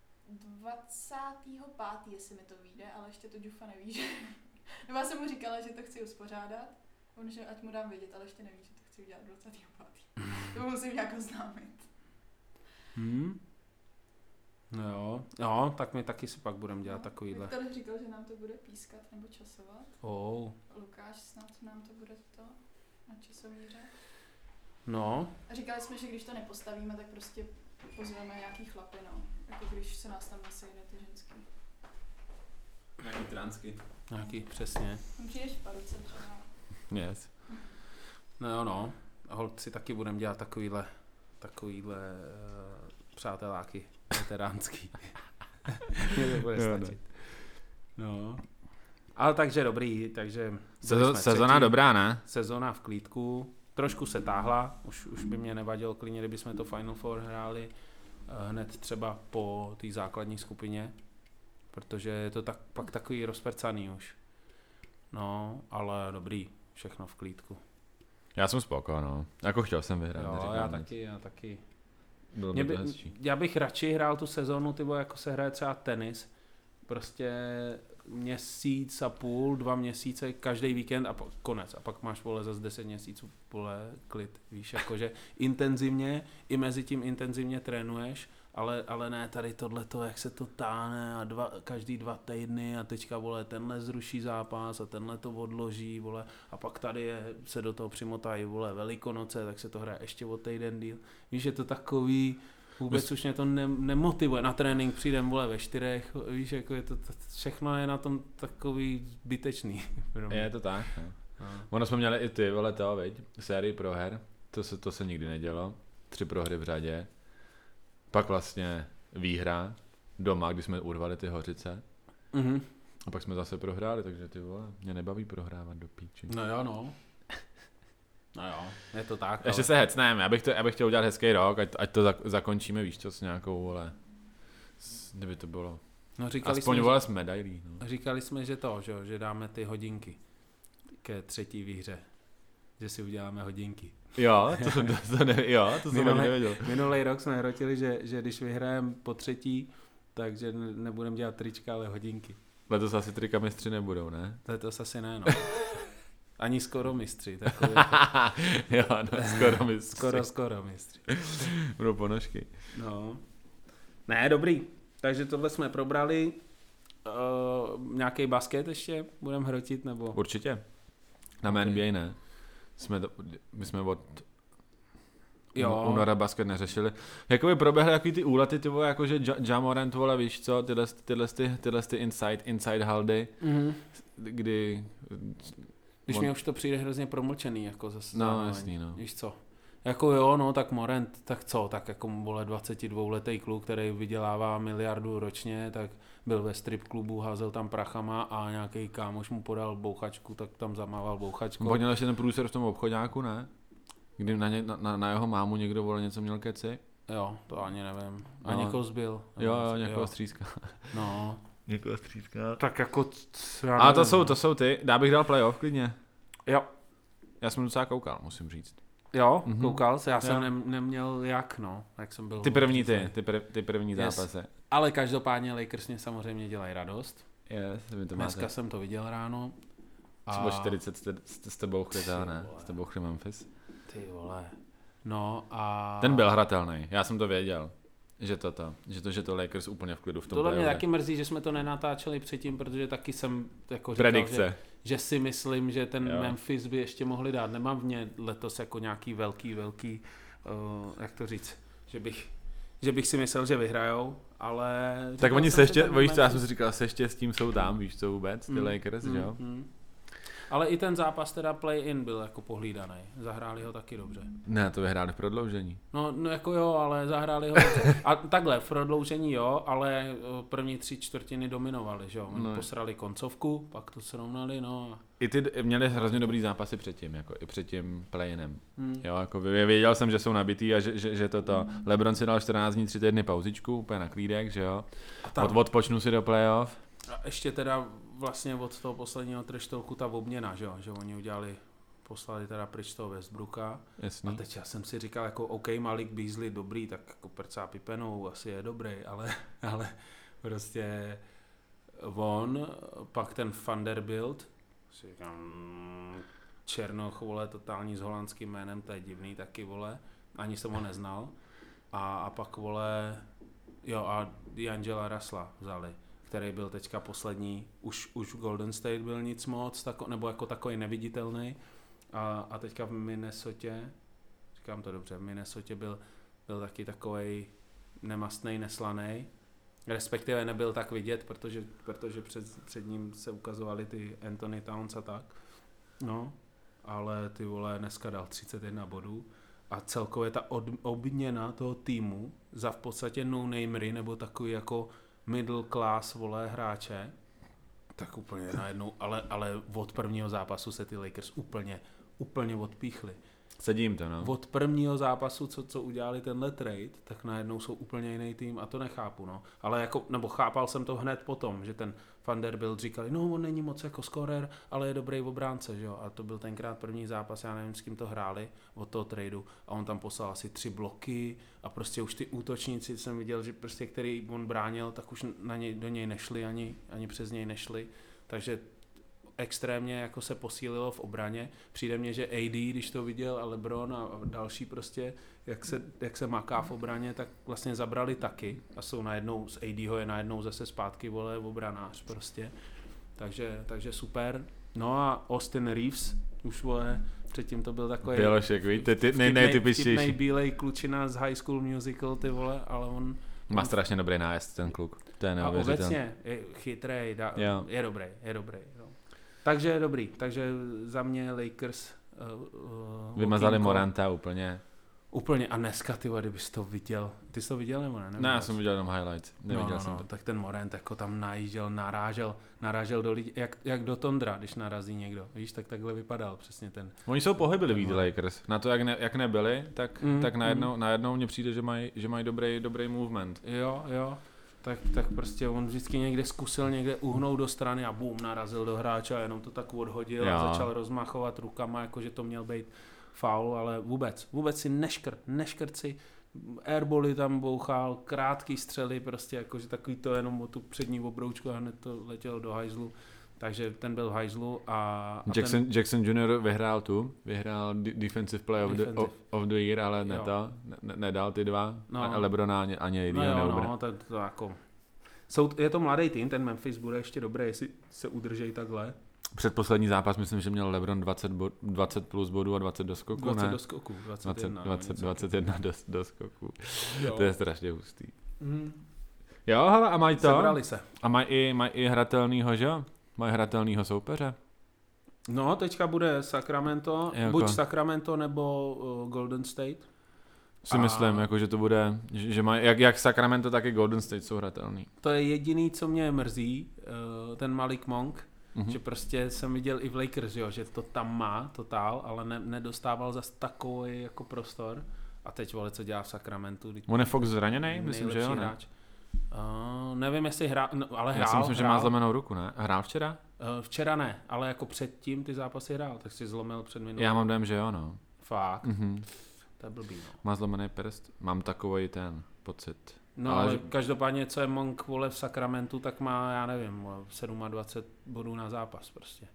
25. jestli mi to vyjde, ale ještě to Jufa neví, že... Nebo já jsem mu říkala, že to chci uspořádat, on, že ať mu dám vědět, ale ještě neví, že to chci udělat 25. To musím nějak oznámit. No jo, tak my taky si pak budeme dělat takovýhle. Viktor říkal, že nám to bude pískat nebo časovat. Lukáš snad nám to bude na časomíře. No. A říkali jsme, že když to nepostavíme, tak prostě pozveme nějaký chlapy, no. Jako když se nás tam nasejde ty ženský. Nějaký transky. Nějaký, přesně. Přijdeš v paruce třeba. Yes. No. Holci taky budeme dělat takovýhle přáteláky veteránský. Mně to bude stačit. No. Ale takže dobrý, takže... Sezona dobrá, ne? Sezona v klídku. Trošku se táhla, už by mě nevadilo klidně, kdyby jsme to Final Four hráli hned třeba po té základní skupině, protože je to pak takový rozpercaný už. No, ale dobrý, všechno v klídku. Já jsem spokojený, no. Jako chtěl jsem vyhrát. Jo, já taky. Bylo by to hezčí. Já bych radši hrál tu sezonu, tybo jako se hraje třeba tenis, prostě měsíc a půl, 2 měsíce, každý víkend a konec. A pak máš, vole, zase 10 měsíců, vole, klid, víš, jakože intenzivně, i mezi tím intenzivně trénuješ, ale ne tady tohleto, jak se to táhne a každý 2 týdny a teďka, vole, tenhle zruší zápas a tenhle to odloží, vole, a pak tady se do toho přimotají, vole, Velikonoce, tak se to hraje ještě o týden díl. Víš, je to takový, vůbec už mě to nemotivuje. Na trénink přijdem, vole, ve 4, víš, jako je to všechno je na tom takový zbytečný. Je to tak, no. Ono jsme měli i ty, vole, to, viď, sérii proher, to se nikdy nedělo, 3 prohry v řadě, pak vlastně výhra doma, kdy jsme urvali ty Hořice, a pak jsme zase prohráli, takže ty vole, mě nebaví prohrávat do píči. No jo, je to tak. Ještě se hecneme, já bych chtěl udělat hezký rok, ať to zakončíme, víš co, s nějakou, vole, kdyby to bylo. No, aspoň, vole, s medailí. No. Říkali jsme, že dáme ty hodinky ke 3. výhře, že si uděláme hodinky. Jo, to jsem nevěděl. Minulý rok jsme hrotili, že když vyhrajeme po 3, takže nebudeme dělat trička, ale hodinky. Letos asi trika mistři nebudou, ne? Letos asi ne, no. Ani skoro mistři. Jo, no, skoro mistři. Skoro mistři. Budou ponožky. No. Ne, dobrý. Takže tohle jsme probrali. Nějaký basket ještě budeme hrotit, nebo? Určitě. Na NBA ne. My jsme od února basket neřešili. Jakoby proběhly takový ty úlety, ty vole, jakože Ja Morant, vole, víš co, tyhle ty inside haldy, kdy... Když mi už to přijde hrozně promlčený, jako zase. No, jasný, no. Víš co? Jako jo, no, tak Morant, tak co, tak jako vole 22letý kluk, který vydělává miliardu ročně, tak byl ve strip klubu, házel tam prachama a nějaký kámoš mu podal bouchačku, tak tam zamával bouchačku. Pak měl ještě ten průser v tom obchodáku, ne? Kdy na jeho mámu někdo, vole, něco měl keci? Jo, to ani nevím. A někoho zbil. Jo, někoho stříská. No. Někoho stříská. Tak jako... A to jsou ty, bych dal playoff klidně. Jo. Já jsem docela koukal, musím říct. Jo, koukal se, já jsem neměl jak jsem byl. Ty první zápasy. Ale každopádně Lakers mě samozřejmě dělají radost. Yes, dneska jsem to viděl ráno. Třeba 40 s tebou chrytá, ne? S tebou chry Memphis. Ty vole. No a... Ten byl hratelný, já jsem to věděl. Že to Lakers úplně v klidu v tom Tohle mě playoff. taky mrzí, že jsme to nenatáčeli předtím, protože taky jsem jako říkal, Predikce. že si myslím, že ten Memphis by ještě mohli dát. Nemám v ně letos jako nějaký velký, jak to říct, že bych si myslel, že vyhrajou, ale... Tak oni se ještě, víš co, já jsem si říkal, se ještě s tím jsou tam, víš co vůbec, ty Lakers, že jo? Ale i ten zápas teda play-in byl jako pohlídaný. Zahráli ho taky dobře. Ne, to vyhráli v prodloužení. No jako jo, ale zahráli ho. A takhle, v prodloužení jo, ale první 3/4 dominovali, že jo. Oni posrali koncovku, pak to srovnali, no. I ty měli hrozně dobrý zápasy předtím, jako i před tím play-inem. Jo, jako věděl jsem, že jsou nabitý a že toto. LeBron si dal 14 dní, 3 týdny pauzičku, úplně na klídek, že jo. Odpočnu si do playoff. A ještě teda vlastně od toho posledního trash talku ta obměna, že jo, že oni poslali teda pryč toho Westbrooka. Jasný. A teď já jsem si říkal, jako OK, Malik Beasley dobrý, tak jako prcá Pipenou asi je dobrý, ale prostě pak ten Vanderbilt, si říkám, Černoch, vole, totální s holandským jménem, to je divný taky, vole, ani jsem ho neznal. A pak, vole, a D'Angela Russella vzali, který byl teďka poslední, už v Golden State byl nic moc, nebo jako takový neviditelný. A teďka v Minnesotě, říkám to dobře, v Minnesotě byl taky takovej nemastnej, neslanej. Respektive nebyl tak vidět, protože před ním se ukazovaly ty Anthony Towns a tak. No, ale ty vole dneska dal 31 bodů. A celkově ta obměna toho týmu za v podstatě no-namery, nebo takový jako middle class, vole, hráče, tak úplně najednou, ale od prvního zápasu se ty Lakers úplně odpíchli. Sedím to, no. Od prvního zápasu, co udělali tenhle trade, tak najednou jsou úplně jiný tým a to nechápu, no. Ale jako, nebo chápal jsem to hned potom, že ten Vanderbilt říkali, no on není moc jako scorer, ale je dobrý v obránce, že jo. A to byl tenkrát první zápas, já nevím, s kým to hráli od toho tradu a on tam poslal asi 3 bloky a prostě už ty útočníci jsem viděl, že prostě který on bránil, tak už do něj nešli, ani přes něj nešli, takže extrémně jako se posílilo v obraně. Přijde mně, že AD, když to viděl, a LeBron a další prostě, jak se maká v obraně, tak vlastně zabrali taky a jsou najednou, z ADho je najednou zase zpátky, vole, obranář prostě. Takže super. No a Austin Reeves, už vole, předtím to byl takový Bělošek, víte, ty nejtypičtější. Vtipnej bílej klučina z High School Musical, ty vole, ale on má strašně dobrý nájezd ten kluk. To je neuvěřitelné. A obecně je chytrej, je dobrý. No. Takže dobrý, takže za mě Lakers vymazali Moranta úplně. Úplně a dneska, ty vole, kdybys to viděl. Ty jsi to viděl nebo ne? Ne, já jsem viděl jenom highlights. Neviděl jsem to. Tak ten Morant jako tam najížděl, narážel do lidí, jak do tondra, když narazí někdo. Víš, tak takhle vypadal přesně ten. Oni jsou pohybliví, ty Lakers. Na to, jak nebyli, tak najednou mně přijde, že mají dobrý movement. Jo. Tak prostě on vždycky někde zkusil někde uhnout do strany a bum, narazil do hráče a jenom to tak odhodil a začal rozmachovat rukama, jakože to měl být faul, ale vůbec si neškrt si, airbally tam bouchal, krátký střely, prostě jakože takový to jenom o tu přední obroučku a hned to letělo do hajzlu, takže ten byl v hajzlu a Jackson Jr. vyhrál Defensive Player of the Year, ale nedal ty dva, a LeBron ani jedyho neubrá. No, to jako... Je to mladý tým, ten Memphis bude ještě dobrý, jestli se udržej takhle. Předposlední zápas, myslím, že měl LeBron 20 plus bodů a 20 do skoku, 20 do skoku, 21 do skoku. To je strašně hustý. Jo, hele, a mají to. Sebrali se. A mají i hratelnýho, že? Mají hratelnýho soupeře. No, teďka bude Sacramento, buď Sacramento nebo Golden State. Si myslím, jako, že to bude, že mají, jak Sacramento, tak i Golden State jsou hratelný. To je jediný, co mě mrzí, ten Malik Monk, že prostě jsem viděl i v Lakers, jo, že to tam má totál, ale nedostával zas takový jako prostor. A teď, vole, co dělá v Sacramentu. On je Fox zraněnej? Myslím, že jo, ne? Nevím, jestli hrál, ale hrál. Já si myslím, že má zlomenou ruku, ne? Hrál včera? Včera ne, ale jako předtím ty zápasy hrál, tak si zlomil před minulou. Já mám dojem, že jo, no. Fakt? To je blbý, no. Má zlomený prst? Mám takový ten pocit. No ale každopádně, co je Monk, vole, v Sacramentu, tak má, já nevím, 27 bodů na zápas prostě.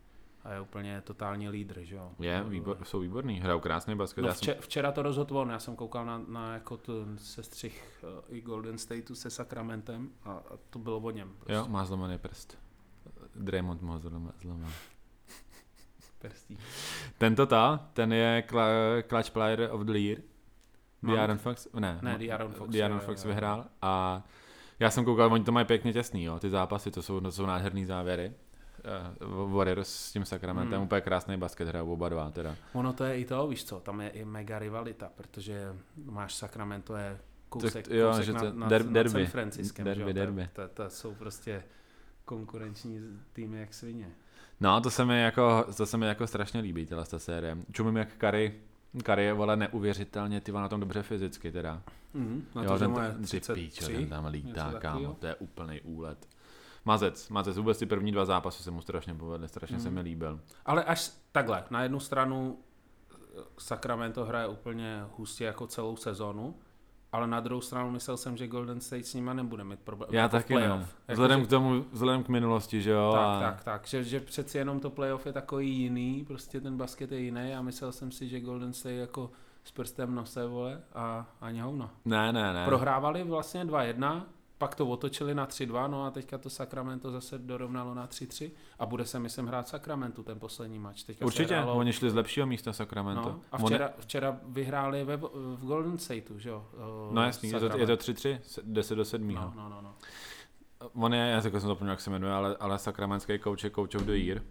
a je úplně totální lídr, že jo. Jsou výborný, hrajou krásný basket. No, včera to rozhodl on, já jsem koukal na jako sestřih i Golden Stateu se Sacramentem a to bylo o něm. Prostě. Jo, má zlomený prst. Draymond má zlomený. Prstí. Ten je Clutch Player of the Year. De'Aaron Fox? Ne, De'Aaron Fox. De'Aaron Fox vyhrál a já jsem koukal, oni to mají pěkně těsný, jo, ty zápasy, to jsou nádherný závěry. Warriors s tím Sacramentem, úplně krásný basket hrajou oba dva teda. Ono to je i to, víš co, tam je i mega rivalita, protože máš Sacramento je kousek nad San Franciskem, derby. To jsou prostě konkurenční týmy jak svině. No, to se mi jako strašně líbí, ta série. Čumím jak Curry je, vole, neuvěřitelně, ty na tom dobře fyzicky teda. Na to, že má 33. Ten tam lítá, kámo, to je úplný úlet. Mazec, vůbec ty první 2 zápasy se mu strašně povedly, strašně se mi líbil. Ale až takhle, na jednu stranu Sacramento hraje úplně hustě jako celou sezonu, ale na druhou stranu myslel jsem, že Golden State s nima nebude mít problém. Já jako taky ne. Vzhledem k minulosti, že jo? Tak, že přeci jenom to playoff je takový jiný, prostě ten basket je jiný a myslel jsem si, že Golden State jako s prstem nose, vole, a ani hovno. Ne. Prohrávali vlastně 2-1, pak to otočili na 3-2, no a teďka to Sacramento zase dorovnalo na 3-3 a bude se, myslím, hrát Sacramento ten poslední mač. Určitě, oni šli z lepšího místa Sacramento. No, a včera vyhráli v Golden Stateu, že jo? No jasný, je to 3-3, 10-7. No. On je, já jsem zapomněl, jak se jmenuje, ale sakramentský coach je Coach of the Year.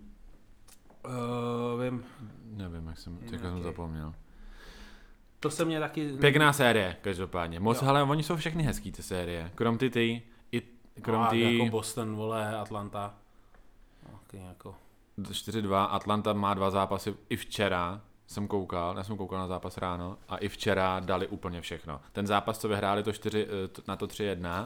Vím. Nevím, jak jsem zapomněl. To se mě taky... Pěkná série, každopádně. Ale oni jsou všechny hezký, ty série. Krom jako Boston, vole, Atlanta. Jako... 4-2, Atlanta má 2 zápasy. I včera jsem koukal na zápas ráno a i včera dali úplně všechno. Ten zápas, co vyhráli na to 3-1,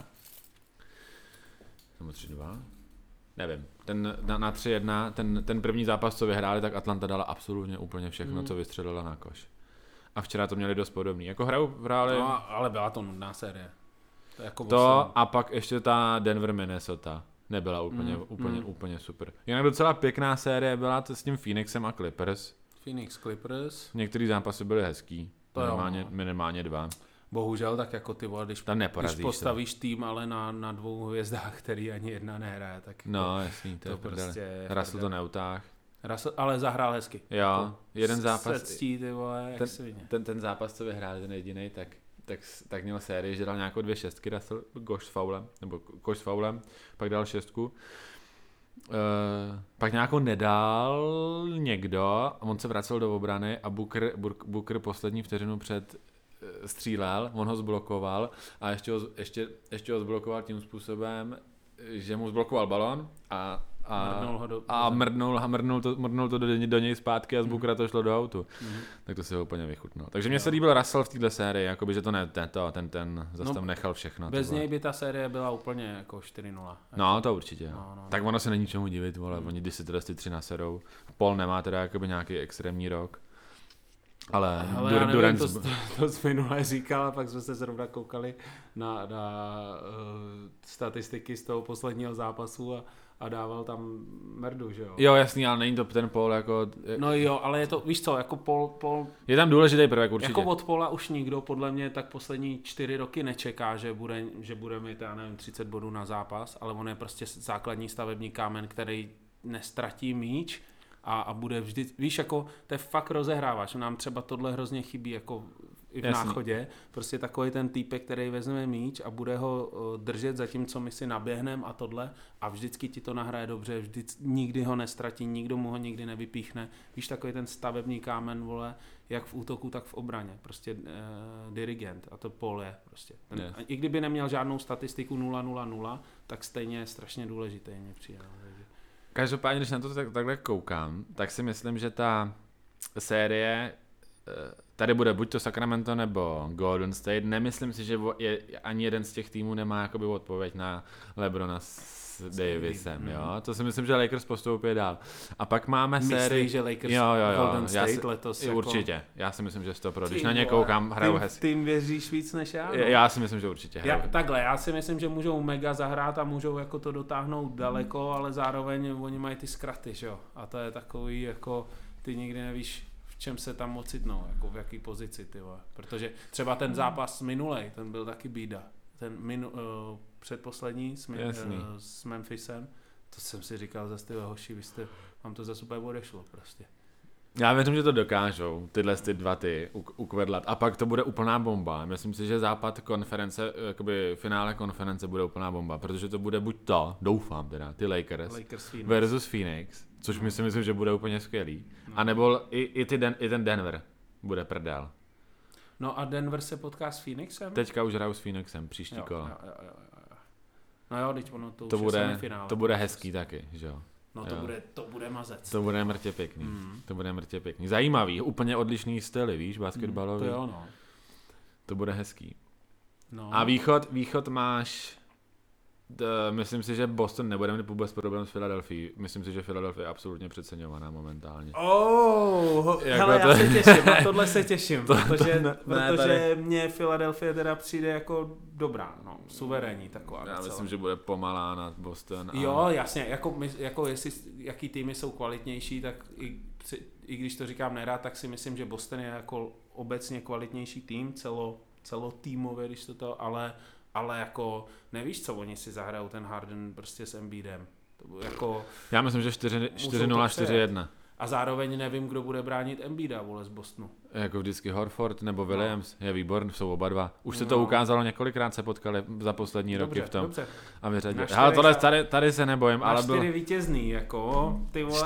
nebo 3-2? Nevím. Na 3-1, ten první zápas, co vyhráli, tak Atlanta dala absolutně úplně všechno, co vystřelila na koš. A včera to měli dost podobný. Jako hráli... No, ale byla to nudná série. A pak ještě ta Denver Minnesota nebyla úplně super. Jinak docela pěkná série byla to s tím Phoenixem a Clippers. Některý zápasy byly hezký. Minimálně 2. Bohužel, tak jako ty vole, když postavíš tým, ale na 2 hvězdách, který ani jedna nehraje, tak... No, jasný, to je prostě... Russell to neutáh. Ale zahrál hezky. Jo, jeden zápas... Ctí, ty vole, jak svině. Ten zápas, co vyhráli, ten jedinej, tak měl sérii, že dal nějakou 2 šestky, Russell, koš s faulem, pak dal 6. Pak nějakou nedal někdo a on se vracel do obrany a Booker poslední vteřinu před střílel, on ho zblokoval a ještě ho zblokoval tím způsobem, že mu zblokoval balon a mrnul to do něj zpátky a z Bookera to šlo do autu. Tak to si ho úplně vychutnal. Takže mně se líbil Russell v této sérii, jakoby, že to ten zase tam nechal všechno. Bez něj by ta série byla úplně jako 4-0. No, to určitě. No. Tak ono se není čemu divit, vole. Oni když si teda ty 3 naserou. Paul nemá teda jakoby nějaký extrémní rok. Ale Durant to jsi minule říkal a pak jsme se zrovna koukali na statistiky z toho posledního zápasu a dával tam merdu, že jo? Jo, jasný, ale není to ten Paul jako... No jo, ale je to, víš co, jako Paul... Je tam důležitý prvek určitě. Jako od Paula už nikdo podle mě tak poslední 4 roky nečeká, že bude mít, já nevím, 30 bodů na zápas, ale on je prostě základní stavební kámen, který nestratí míč a bude vždy, víš, jako to je fakt rozehrávač, nám třeba tohle hrozně chybí, jako i v náchodě, prostě takový ten týpek, který vezme míč a bude ho držet zatímco my si naběhneme a tohle a vždycky ti to nahraje dobře, nikdy ho nestratí, nikdo mu ho nikdy nevypíchne, víš, takový ten stavební kámen, vole, jak v útoku, tak v obraně, prostě dirigent a to Paul je prostě. I kdyby neměl žádnou statistiku 0-0-0, tak stejně je strašně důležitý, mě přijde. Každopádně, když na to takhle koukám, tak si myslím, že ta série tady bude buď to Sacramento nebo Golden State. Nemyslím si, že ani jeden z těch týmů nemá jakoby odpověď na LeBrona s Davisem, jo. To si myslím, že Lakers postoupí dál. A pak máme sérii... Myslíš, že Lakers Golden State letos jako... Určitě. Já si myslím, že to pro. Když na ně koukám, hrajou hezky. Tým věříš víc než já? No? Já si myslím, že určitě hrajou. Takhle, já si myslím, že můžou mega zahrát a můžou jako to dotáhnout daleko, ale zároveň oni mají ty zkraty, že jo. A to je takový jako, ty nikdy nevíš, v čem se tam ocitnou, jako v jaký pozici, ty vole. Protože třeba ten zápas minulej, ten byl taky bída. Ten předposlední s Memphisem, to jsem si říkal zase, tyhle hoši, vám to zase úplně odešlo prostě. Já věřím, že to dokážou, tyhle dva ukvedlat. A pak to bude úplná bomba. Myslím si, že západ konference, jakoby finále konference bude úplná bomba, protože to bude buď to, doufám teda, ty Lakers versus Phoenix, což myslím, že bude úplně skvělý. A nebo i ten Denver bude prdel. No a Denver se potká s Phoenixem? Teďka už hraju s Phoenixem, příští kolo. Jo. No jo, teď ono to už je semifinále. To bude hezký taky, že jo. No to bude mazec. To bude mrtě pěkný. To bude mrtě pěkný. Zajímavý, úplně odlišný styly, víš, basketbalový. To jo, no. To bude hezký. No. A východ máš... Myslím si, že Boston nebude mít vůbec problém s Philadelphia. Myslím si, že Philadelphia je absolutně přeceňovaná momentálně. Hele, já se těším, na tohle se těším, protože mně Philadelphia teda přijde jako dobrá, no, suverénní taková. Já myslím, že bude pomalá na Boston. Jo, jasně, jako jestli jaký týmy jsou kvalitnější, tak i když to říkám nerad, tak si myslím, že Boston je jako obecně kvalitnější tým, celotýmově, když to, ale jako nevíš, co oni si zahrajou ten Harden prostě s Embiidem. Jako, já myslím, že 4-0, 4-1. A zároveň nevím, kdo bude bránit Embiida, vole, z Bostonu. Jako vždycky Horford nebo Williams, je výborný, jsou oba dva. Už se to ukázalo, několikrát se potkali za poslední roky v tom. Dobře. A vyřadili. Ale tady se nebojím, ale bylo 4 vítězný, jako ty vole.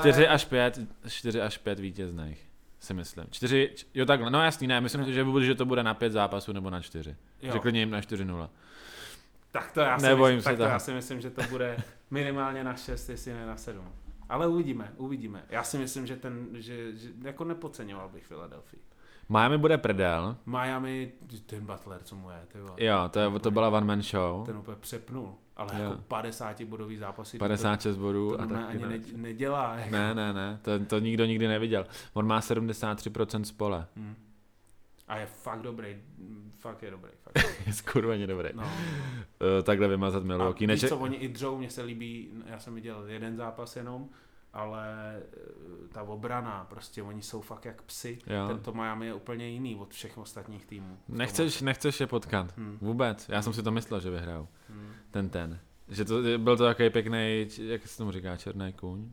4 až 5 vítězných, si myslím. 4, jo takhle, no jasný, ne, myslím, že to bude na 5 zápasů nebo na 4. Řekli jim na 4-0. Tak to já si myslím, že to bude minimálně na 6, jestli ne na 7. Ale uvidíme. Já si myslím, že že jako nepodceňoval bych Philadelphia. Miami bude prdel. Miami, ten Butler, co mu je, ty vole. Jo, to byla one man show. Ten úplně přepnul, ale jo. Jako 50 bodový zápasy. 56 bodů. To a ani nedělá. Jako. Ne, to nikdo nikdy neviděl. On má 73% z pole. A je fakt dobrý, fakt je dobrý. Je skurveně dobrý. No. Takhle vymazat Milwaukee. Víš co, oni i dřou, mně se líbí, já jsem viděl jeden zápas jenom, ale ta obrana, prostě oni jsou fakt jak psy. Jo. Tento Miami je úplně jiný od všech ostatních týmů. Nechceš je potkat. Vůbec. Já jsem si to myslel, že vyhrajou. Že byl to takový pěkný, jak se tomu říká, černý kůň?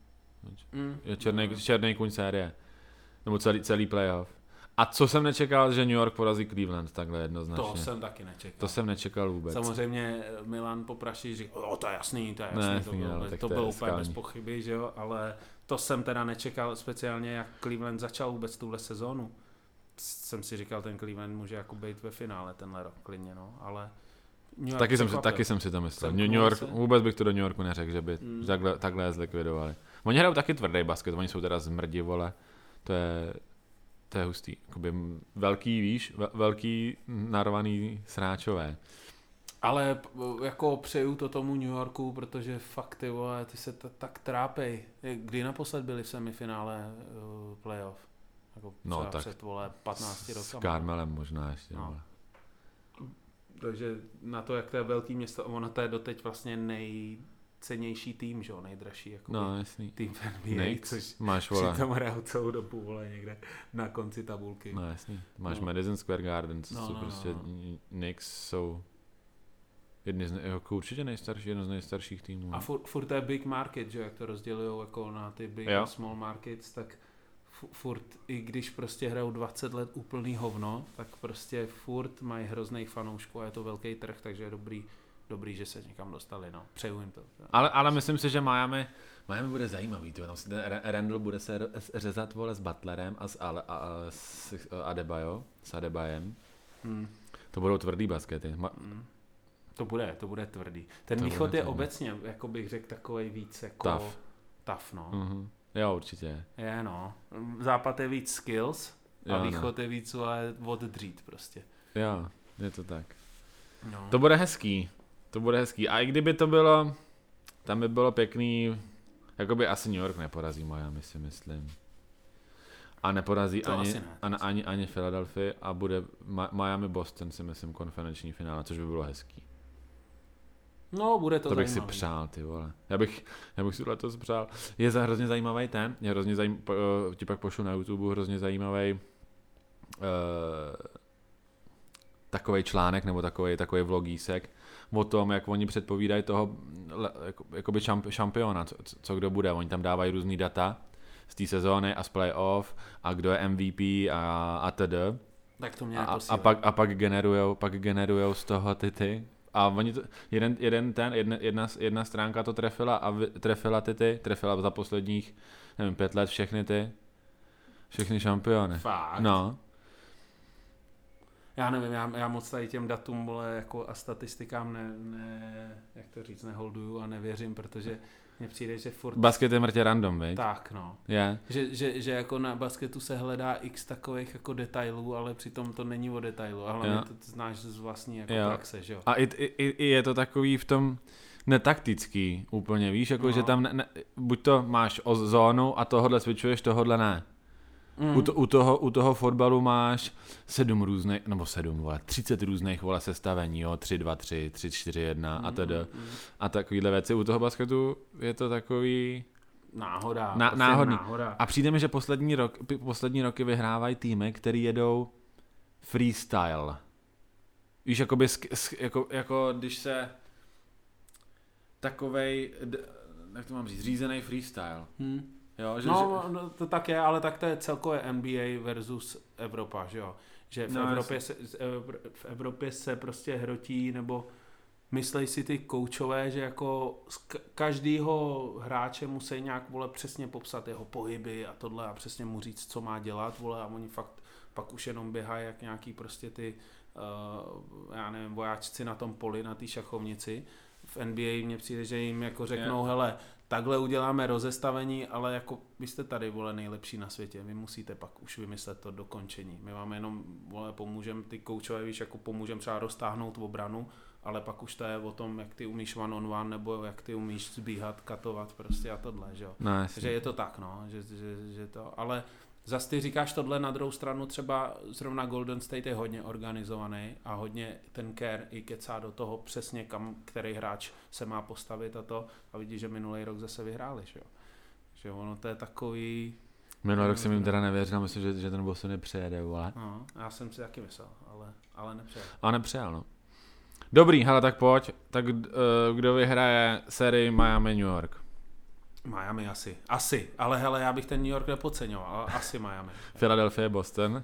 Černý kůň série. Nebo celý playoff. A co jsem nečekal, že New York porazí Cleveland takhle jednoznačně. To jsem taky nečekal. To jsem nečekal vůbec. Samozřejmě Milan Popraší říkal, to je jasný. To bylo úplně bez pochyby, že jo, ale to jsem teda nečekal speciálně, jak Cleveland začal vůbec tuhle sezónu. Jsem si říkal, ten Cleveland může jako být ve finále tenhle rok klidně, no, ale taky jsem si to myslel. New York, vůbec bych to do New Yorku neřekl, že by takhle zlikvidovali. Oni hrajou taky tvrdý basket, oni jsou teda zmrdi, vole. To je hustý. Jakoby velký narvaný sráčové. Ale jako přeju to tomu New Yorku, protože fakt ty vole, ty se tak trápej. Kdy naposled byli v semifinále playoff? Jako no tak před 15 rokama. S Carmelem možná ještě. No. Takže na to, jak to je velký město, ono to je doteď vlastně nejcennější tým, že jo, nejdražší jako tým v NBA, což máš, přitom hrajou celou dobu, vole, někde na konci tabulky. No jasný, máš Madison Square Garden, co jsou prostě Knicks jsou určitě jedno z nejstarších týmů. A furt to je big market, že jak to rozdělujou jako na ty big a small markets, tak furt, i když prostě hrajou 20 let úplný hovno, tak prostě furt mají hroznej fanoušku a je to velký trh, takže je dobrý, že se někam dostali, no. Přeju jim to. Ale myslím si, že Miami bude zajímavý, Randall bude se řezat, vole, s Butlerem a s Adebayem. To budou tvrdý baskety. To bude tvrdý. Ten východ je obecně, jako bych řekl, takovej víc jako tough, no. Jo, určitě. Je, no. Západ je víc skills. A východ je víc od dřít prostě. Jo, je to tak. No. To bude hezký. A i kdyby to bylo, tam by bylo pěkný, jakoby asi New York neporazí Miami, si myslím. A neporazí ani Philadelphia a bude Miami-Boston, si myslím, konferenční finále, což by bylo hezký. No, bude to bych zajímavý. Si přál, ty vole. Já bych si letos přál. Je hrozně zajímavý ti pak pošlu na YouTube hrozně zajímavý takovej článek nebo takovej vlogísek o tom, jak oni předpovídají toho jakoby šampiona, co kdo bude. Oni tam dávají různý data z té sezóny a z playoff a kdo je MVP a td. Tak to mě a pak generujou z toho ty. A oni jedna stránka to trefila za posledních, nevím, 5 let všechny šampiony. Fakt? No. Já nevím, já moc tady těm datům, vole, jako a statistikám jak to říct, neholduju a nevěřím, protože mně přijde, že furt... Basket je mrtě random, viď? Tak, no. Yeah. Že jako na basketu se hledá x takových jako detailů, ale přitom to není o detailu. A hlavně to znáš z vlastní jako praxe, že jo? A i je to takový v tom netaktický úplně, víš, jako že tam buď to máš zónu a tohodle switchuješ, tohodle ne. U toho fotbalu máš 30 různých sestavení, jo, 3-2-3, 3-4-1 a tedy. A takovýhle věci. U toho basketu je to takový... náhodný. A přijde mi, že poslední roky vyhrávají týmy, který jedou freestyle. Víš, jako když se takovej, jak to mám říct, řízený freestyle. Jo, no, to tak je, ale tak to je celkově NBA versus Evropa, že jo? Že v Evropě se prostě hrotí, nebo myslej si ty koučové, že jako z každýho hráče musí nějak, vole, přesně popsat jeho pohyby a tohle a přesně mu říct, co má dělat, vole, a oni fakt pak už jenom běhají jak nějaký prostě ty, já nevím, vojáčci na tom poli, na té šachovnici. V NBA mně přijde, že jim jako řeknou, hele, takhle uděláme rozestavení, ale jako vy jste tady, vole, nejlepší na světě, vy musíte pak už vymyslet to dokončení. My vám jenom, vole, pomůžeme, ty koučové, víš, jako pomůžeme třeba roztáhnout obranu, ale pak už to je o tom, jak ty umíš one on one, nebo jak ty umíš zbíhat, katovat prostě a tohle, že jo. Takže je to tak, no, že to, ale zas ty říkáš tohle, na druhou stranu třeba zrovna Golden State je hodně organizovaný a hodně ten care i kecá do toho přesně kam, který hráč se má postavit a vidíš, že minulý rok zase vyhráli, že jo. Že ono to je takový... Minulý rok jsem jim teda nevěřil, myslím, že ten Boston nepřejede, vole. No, já jsem si taky myslel, ale nepřejel. A nepřejel, no. Dobrý, hele, tak pojď. Tak kdo vyhraje sérii Miami-New York? Miami asi, ale hele, já bych ten New York nepodceňoval, ale asi Miami. Philadelphia, Boston.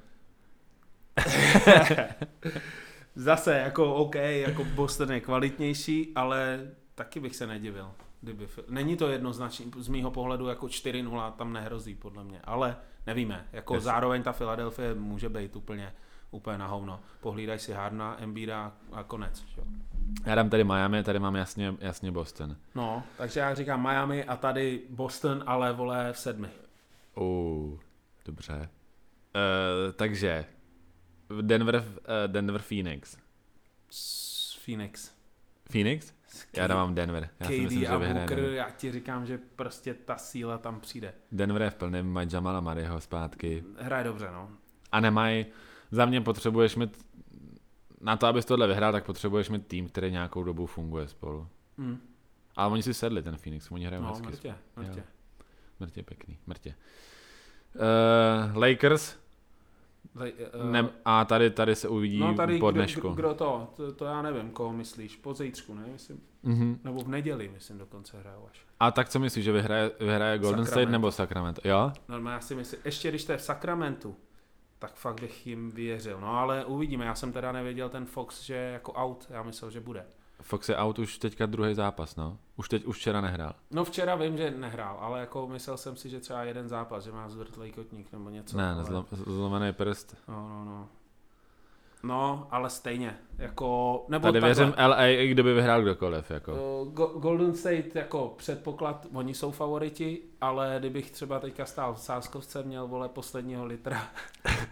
Zase, jako OK, jako Boston je kvalitnější, ale taky bych se nedivil. Není to jednoznačný, z mýho pohledu jako 4-0 tam nehrozí podle mě, ale nevíme, jako zároveň ta Philadelphia může být úplně na hovno. Pohlídaj si Hardena, Embida a konec. Jo. Já dám tady Miami, tady mám jasně Boston. No, takže já říkám Miami a tady Boston, ale vole v 7. Dobře. Takže Denver Phoenix. Phoenix? Já dávám Denver. Já si myslím, že vyhraje Denver. Já ti říkám, že prostě ta síla tam přijde. Denver je v plném, mají Jamala Murrayho zpátky. Hraje dobře, no. A nemají, za mě potřebuješ mít, na to, abys tohle vyhrál, tak potřebuješ mít tým, který nějakou dobu funguje spolu. Ale oni si sedli, ten Phoenix, oni hrajou hezky. Mrtě pěkný, mrtě. Lakers. A tady se uvidí po dnešku. Kdo to já nevím, koho myslíš, po zítřku, ne? Myslím. Nebo v neděli, myslím, dokonce hrajou až. A tak co myslíš, že vyhraje Golden State nebo Sacramento? Jo? No já si myslím, ještě když to je v Sacramentu, tak fakt bych jim věřil. No ale uvidíme, já jsem teda nevěděl ten Fox, že jako out, já myslel, že bude. Fox je out už teďka druhý zápas, no. Už včera nehrál. No včera vím, že nehrál, ale jako myslel jsem si, že třeba jeden zápas, že má zvrtlej kotník nebo něco. Ne, zlomený prst. No, ale stejně, jako... Nebo tady věřím LA, i kdyby vyhrál kdokoliv, jako. Golden State, jako předpoklad, oni jsou favoriti, ale kdybych třeba teďka stál v sázkovce, měl, vole, posledního litra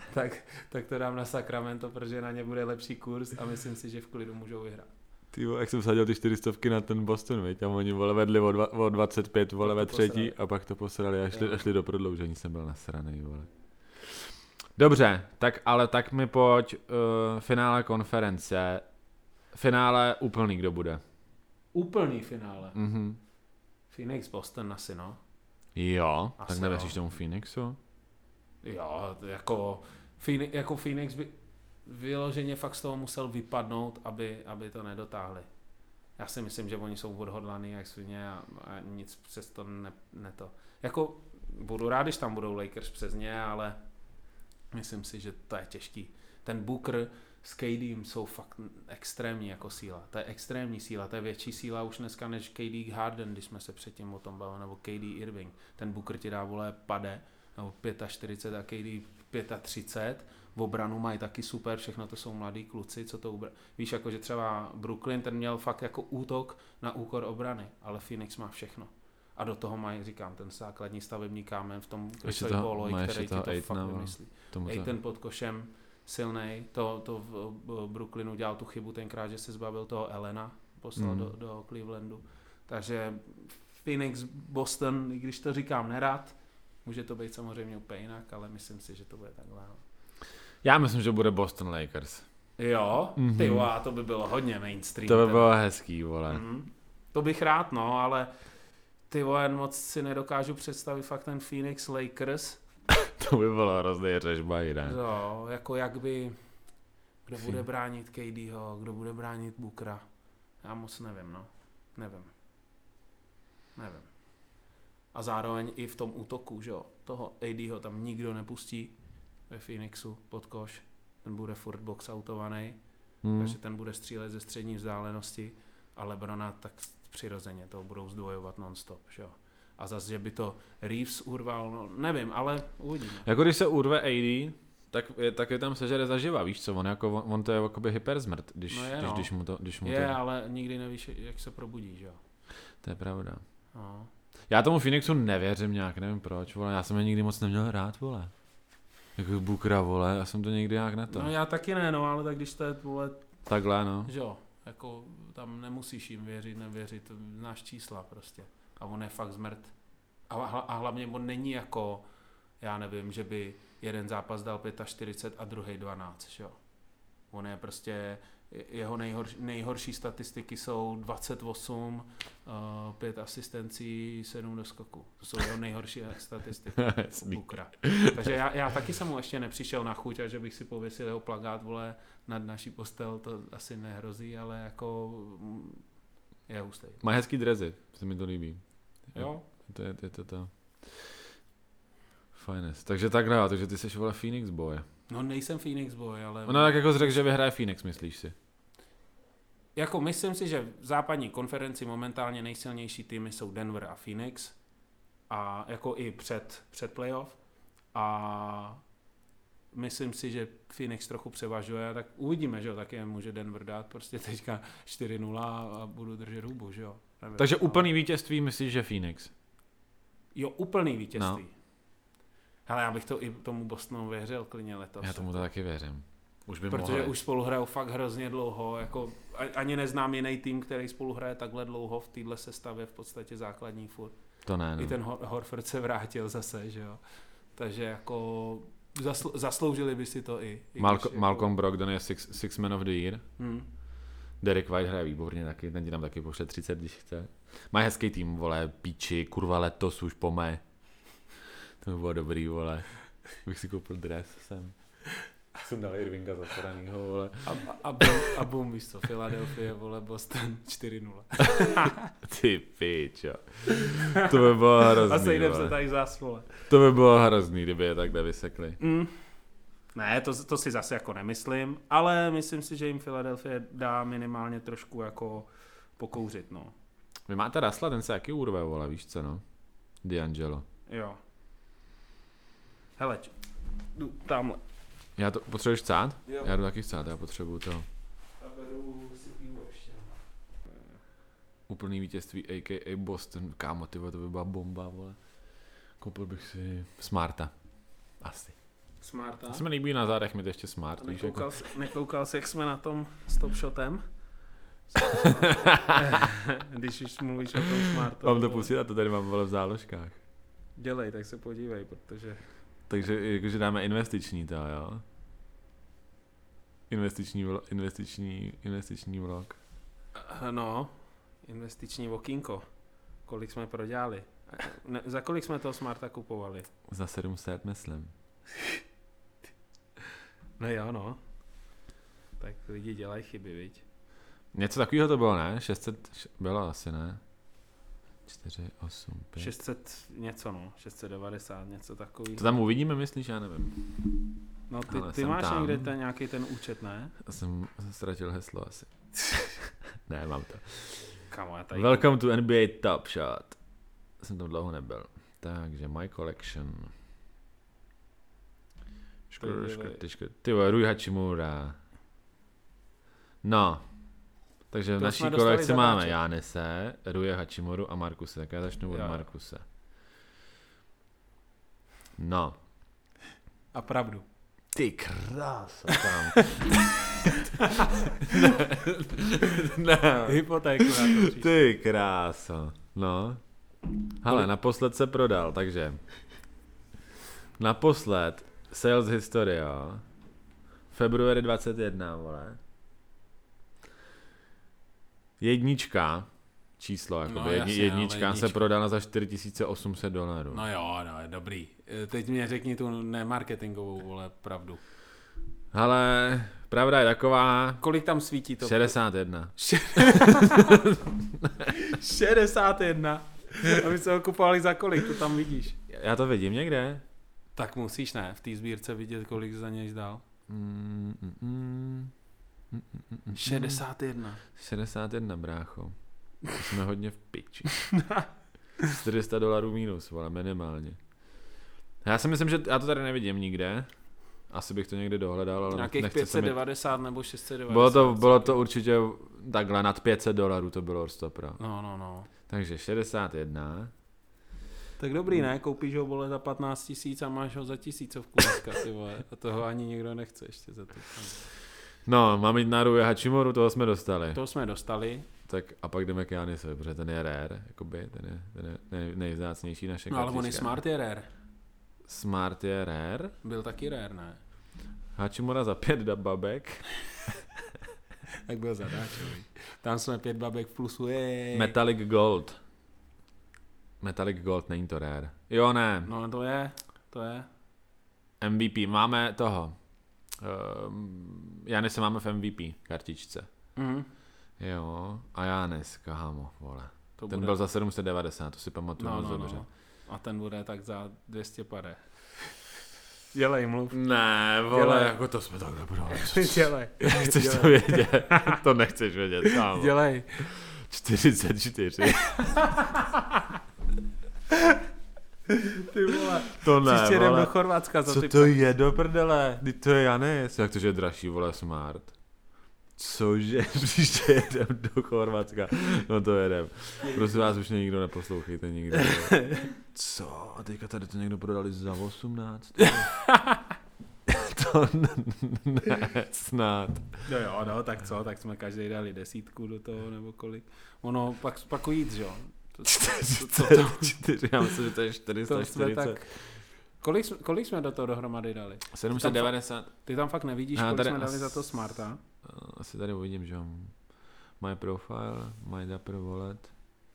tak to dám na Sacramento, protože na ně bude lepší kurz a myslím si, že v klidu můžou vyhrát. Ty vole, jak jsem vsadil ty 400 na ten Boston, viď? A oni vole vedli o 25 vole ve třetí a pak to posrali a šli do prodloužení, jsem byl nasranej, vole. Dobře, tak mi pojď finále konference. Finále úplný, kdo bude? Úplný finále. Mhm. Phoenix Boston asi, no. Jo, Asi tak nevěříš tomu Phoenixu? Jo, jako Phoenix by vyloženě fakt z toho musel vypadnout, aby to nedotáhli. Já si myslím, že oni jsou odhodlaný jak svině a nic přes to ne to. Jako budu rád, když tam budou Lakers přes ně, ale myslím si, že to je těžký. Ten Booker s KDem jsou fakt extrémní jako síla. To je extrémní síla, to je větší síla už dneska než KD Harden, když jsme se předtím o tom bavili, nebo KD Irving. Ten Booker ti dá vole pade, nebo 45 a KD 35. V obranu mají taky super, všechno to jsou mladí kluci, co to víš, jako že třeba Brooklyn, ten měl fakt jako útok na úkor obrany, ale Phoenix má všechno. A do toho mají, říkám, ten základní stavební kámen v tom Chris Paul, který ti to fakt vymyslí. Ayton pod košem, silnej, to v Brooklynu dělal tu chybu tenkrát, že se zbavil toho Elena, poslal do Clevelandu. Takže Phoenix, Boston, i když to říkám nerad, může to být samozřejmě úplně jinak, ale myslím si, že to bude takhle. Já myslím, že bude Boston Lakers. Jo? Tyjo, to by bylo hodně mainstream. To by bylo hezký, vole. To bych rád, no, ale ty vole, moc si nedokážu představit fakt ten Phoenix Lakers. To by bylo hrozný řežbaj, ne? Jo, jako jak by, kdo bude bránit KDho, kdo bude bránit Bookera. Já moc nevím, no. Nevím. A zároveň i v tom útoku, že jo, toho ADho tam nikdo nepustí ve Phoenixu pod koš. Ten bude furt box-outovaný, takže ten bude střílet ze střední vzdálenosti a LeBrona tak přirozeně to budou zdvojovat non-stop, že jo. A zase, že by to Reeves urval, no nevím, ale uvidíme. Jako když se urve AD, tak je tam sežere zaživa, víš co, on to je jakoby hyperzmrt, když mu to... Ale nikdy nevíš, jak se probudí, že jo. To je pravda. No. Já tomu Phoenixu nevěřím nějak, nevím proč, vole, já jsem je nikdy moc neměl rád, vole. Jako Bookera, vole, já jsem to nikdy nějak neto. No já taky ne, no, ale tak když to je, vole... Takhle, no. Že jo, jako tam nemusíš jim nevěřit, znáš čísla prostě. A on je fakt zmrt. A hlavně on není jako, já nevím, že by jeden zápas dal 45 a druhý 12, že jo. On je prostě, jeho nejhorší statistiky jsou 28, 5 asistencí, 7 doskoků. To jsou jeho nejhorší statistiky Bookera. Takže já taky jsem mu ještě nepřišel na chuť a že bych si pověsil jeho plakát, vole, nad naší postel, to asi nehrozí, ale jako je hustý. Má hezký drezy, se mi to líbí. Jo? Je to. Finest. Takže takhle, takže ty jsi vole Phoenix boy. No nejsem Phoenix boy, ale... No tak jako jsi řekl, že vyhraje Phoenix, myslíš si? Jako myslím si, že v západní konferenci momentálně nejsilnější týmy jsou Denver a Phoenix. A jako i před playoff. A myslím si, že Phoenix trochu převažuje, tak uvidíme, že jo, taky může Denver dát prostě teďka 4-0 a budu držet hubu, že jo. Nevím, takže úplný vítězství myslíš, že Phoenix? Jo, úplný vítězství. No. Hele, já bych to i tomu Bostonu věřil klidně letos. Já tomu to taky věřím. Protože už spolu hrajou fakt hrozně dlouho, jako ani neznám jiný tým, který spolu hraje takhle dlouho v téhle sestavě v podstatě základní furt. To ne, no. I ten Horford se vrátil zase, že jo. Takže jako zasloužili by si to i Malcolm Brogdon je six man of the year. Derek White hraje výborně taky, ten ti tam taky pošle 30, když chce. Má hezký tým, vole, píči, kurva letos už pomé. To by bylo dobrý, vole. Bych si koupil dres sem. Jsem dal Irvinga zasranýho, vole. A boom, víš co, Philadelphia, vole, Boston 4-0. Ty pičo. To by bylo hrozný, a sejdem se tady zas, vole. To by bylo hrozný, kdyby je takhle vysekli. Ne, to si zase jako nemyslím, ale myslím si, že jim Philadelphia dá minimálně trošku jako pokouřit, no. Vy máte Rasla, ten se jaký urve, vole, víš co, no? D'Angelo. Jo. Hele, jdu tamhle. Já to, potřebuješ chcát? Jo. Já jdu taky chcát, já potřebuju to. A beru si pivo ještě. Úplný vítězství, a.k.a. Boston. Kámo, tyvo, to by byla bomba, vole. Koupil bych si Smarta. Asi. Smarta. Se mi líbí na zádech mít ještě Smart. Víš, jako... Nekoukal jsi, jak jsme na tom s Top Shotem? Když už mluvíš o tom Smartu. Mám to pustit a to tady mám v záložkách. Dělej, tak se podívej, protože... Takže jakože dáme investiční to, jo? Investiční vlog. No, investiční okýnko. Kolik jsme prodělali? Za kolik jsme toho Smarta kupovali? Za 700, myslím. No jo, no. Tak lidi dělají chyby, viď? Něco takového to bylo, ne? 600 bylo asi, ne? 4, 8, 5. 600 něco, no. 690, něco takový. To tam uvidíme, myslíš? Já nevím. No Ale ty jsem máš tam. někde nějaký ten účet, ne? Já jsem ztratil heslo asi. Ne, mám to. Kamo, já tady... Welcome to NBA Top Shot. Jsem tam dlouho nebyl. Takže My Collection. Ty vole, Rui Hachimura. No. Takže v To naší jsme dostali kolekci máme zadáček. Janise, Ruje Hachimuru a Markuse. Tak já začnu od Jo. Markuse. No. A pravdu. Ty krása tam. ne. Hypotéku na to příště. Ty krása. No. Hele, naposled se prodal, takže. Naposled Sales Historia. February 21, vole. Jednička. Číslo, jakoby. No, jasně, jednička ale se prodala za $4,800. No jo, no, dobrý. Teď mě řekni tu nemarketingovou, vole, pravdu. Ale pravda je taková. Kolik tam svítí to? 61. 61. A my jsme ho kupovali za kolik, to tam vidíš. Já to vidím někde. Tak musíš, ne, v té sbírce vidět, kolik za něj dal. 61. 61, brácho. Jsme hodně v piči. $400 minus, vole, minimálně. Já si myslím, že já to tady nevidím nikde. Asi bych to někde dohledal, ale Nějakých nechce se mi... 590 nebo 690. Bylo to určitě takhle nad $500, to bylo Orstopra. No. Takže 61. Tak dobrý, ne? Koupíš ho, vole, za 15 000 a máš ho za 1000 dneska, ty vole. A toho ani nikdo nechce ještě za to. No, mám jít na Ruje Hachimuru, toho jsme dostali. To jsme dostali. Tak a pak jdeme k Janisovi, protože ten je rare, jakoby, ten je nejvzácnější naše No ale on je kartička. Smart je rare. Smart je rare. Byl taky rare, ne? Hachimura za 5 babek. Tak byl zadáčový. Tam jsme 5 babek v plusu, jej. Metallic Gold. Metallic Gold, není to rare. Jo, ne. No to je. MVP, máme toho. Janise máme v MVP kartičce. Mhm. Jo, a Janis, kámo, vole. To Ten bude... byl za 790, to si pamatuju moc dobře. No. A ten bude tak za 200 pade. Dělej, mluv. Ne, vole, Dělej. jako to jsme tak dobrali. Dělej. Chceš to vědět? To nechceš vědět, kámo. Dělej. 44. Ty vole. To ne, Příště jdem vole. do Chorvatska za Co ty to je do prdele? Teď to je Janis. Jak to, že je dražší, vole, Smart? Cože? Příště jedem do Chorvatska. No to jedem. Prosím vás, už mě nikdo neposlouchejte nikdy. Co? A teďka tady to někdo prodali za 18? To ne, snad. No jo, no, tak co, tak jsme každý dali 10 do toho, nebo kolik. Ono, pak jít, jo. Já myslím, že to je To jsme 440. tak... Kolik jsme do toho dohromady dali? 790. Ty tam fakt nevidíš, kolik jsme dali za to Smarta? Asi tady uvidím, že My profile, my Dapper wallet.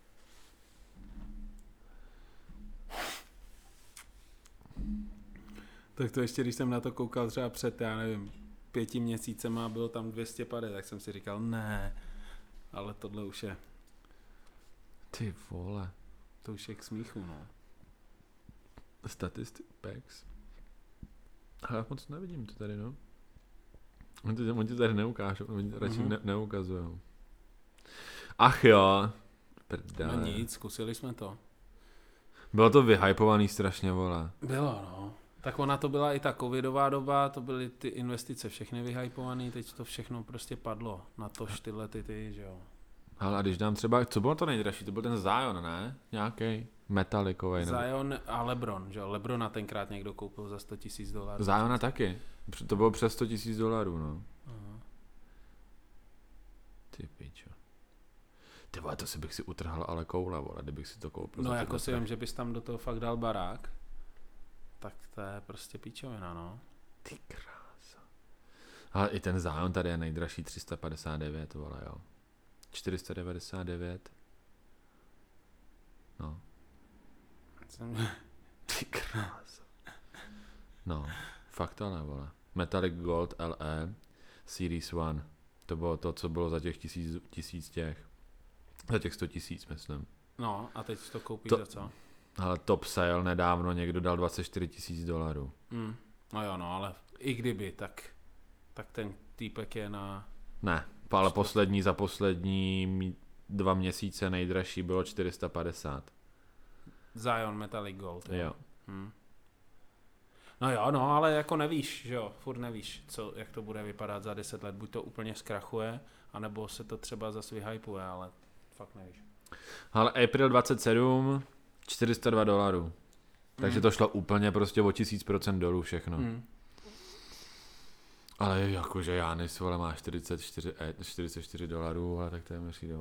Tak to ještě, když jsem na to koukal třeba před, já nevím, 5 měsícema, bylo tam 200 pade, tak jsem si říkal, ne, ale tohle už je, Ty vole. to už je k smíchu, no. Statistics. Ale já moc nevidím to tady, no. Oni to tady neukážou, oni to radši neukazujou. Ach jo. Prdele. No nic, zkusili jsme to. Bylo to vyhypovaný strašně, vole. Bylo, no. Tak ona to byla i ta covidová doba, to byly ty investice všechny vyhypované, teď to všechno prostě padlo na to tyhle ty, že jo. Ale a když dám třeba, co bylo to nejdražší? To byl ten Zion, ne? Nějaký metalikový. Zion a LeBron, že jo? LeBrona tenkrát někdo koupil za $100,000. Ziona taky. To bylo přes $100,000, no. Aha. Ty pičo. Ty vole, to si bych si utrhal ale koule, vole, kdybych si to koupil. No jako si vím, že bys tam do toho fakt dal barák. Tak to je prostě píčovina, no. Ty krása. Ale i ten Zion tady je nejdražší 359, vole, jo. 499. No. Ty krása. No, fakt ale, vole. Metallic Gold LE Series 1. To bylo to, co bylo za těch tisíc těch. Za těch 100,000, myslím. No, a teď to koupíš za co? Ale top sale nedávno někdo dal $24,000. No jo, no, ale i kdyby, tak ten týpek je na... Ne, ale za poslední 2 měsíce nejdražší bylo 450. Zion Metallic Gold. Jo. No jo, no, ale jako nevíš, že jo, furt nevíš, jak to bude vypadat za 10 let. Buď to úplně zkrachuje, anebo se to třeba zase vyhypuje, ale fakt nevíš. Ale April 27, $402. Takže to šlo úplně prostě o 1000% dolů všechno. Ale jakože Jánis, vole, má $44, ale tak to je mi přijde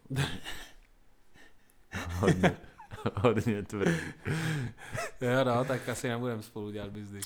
hodně tvrdý. Jo, no, tak asi nebudem spolu dělat business.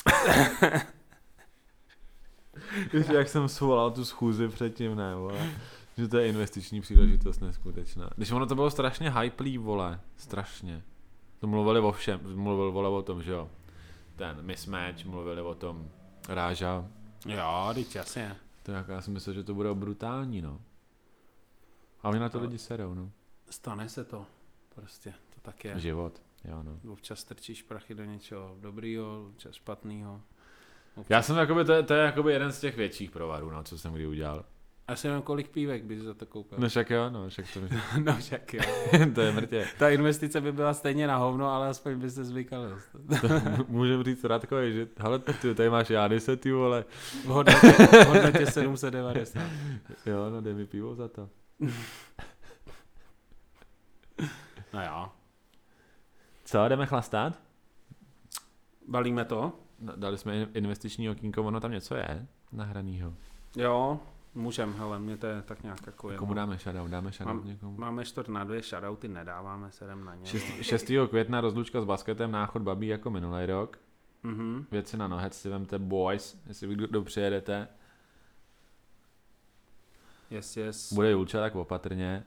Ještě jak jsem svolal tu schůzi předtím, ne, vole. Že to je investiční příležitost neskutečná. Když ono to bylo strašně hyplý, vole, strašně. To mluvili o všem, vole, o tom, že jo. Ten mismatch, mluvili o tom Ráža. Jo, teď jasně. To já si myslím, že to bude brutální, no. A oni na to lidi serou, no. Stane se to, prostě, to tak je. Život, jo, no. Občas strčíš prachy do něčeho dobrýho, občas špatnýho. Občas... Já jsem jakoby, to je jakoby jeden z těch větších provarů, no, co jsem kdy udělal. Asi nevím, kolik pívek bys za to koupil. No však jo, no, však to no však jo. To je mrtě. Ta investice by byla stejně na hovno, ale aspoň by se zvykal. Můžeme říct Radkovi, že hele, ty tady máš Jánise, ty vole. V hodnotě 790. Jo, no dej mi pivo za to. No jo. Co, jdeme chlastat? Balíme to? No, dali jsme investiční okýnko, ono tam něco je nahranýho. Jo, můžem, hele, mě to je tak nějak jako... Komu dáme shoutout někomu? Máme 4/2, shoutouty nedáváme, sedem na ně. 6. května rozlučka s basketem, náchod babí jako minulý rok. Mhm. Věci na nohec si vemte boys, jestli vy kdo přijedete. Yes. Bude Julča, tak opatrně.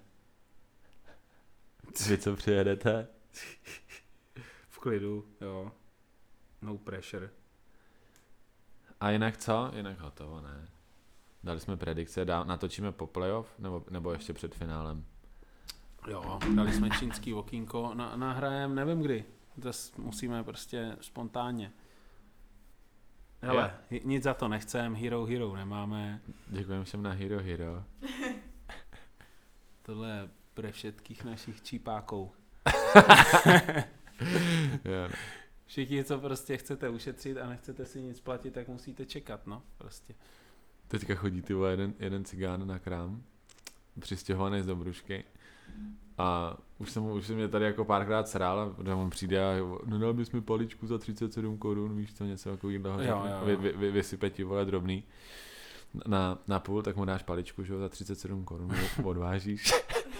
Vy co přijedete? V klidu, jo. No pressure. A jinak co? Jinak hotovo, ne. Dali jsme predikce, natočíme po playoff, nebo ještě před finálem? Jo, dali jsme čínský okýnko, nahrajem nevím kdy. Zas musíme prostě spontánně. Hele, nic za to nechcem, Hero nemáme. Děkujeme všem na Hero. Tohle je pro všetkých našich čípáků. Jo. Všichni, co prostě chcete ušetřit a nechcete si nic platit, tak musíte čekat, no, prostě. Teďka chodí ty jeden cigán na krám, přistěhovaný z Dobrušky a už jsem mě tady jako párkrát srál, protože on přijde a nedal bys mi paličku za 37 korun, víš co, něco takového, vysype ti, vole, drobný na půl, tak mu dáš paličku, že jo, za 37 korun, odvážíš.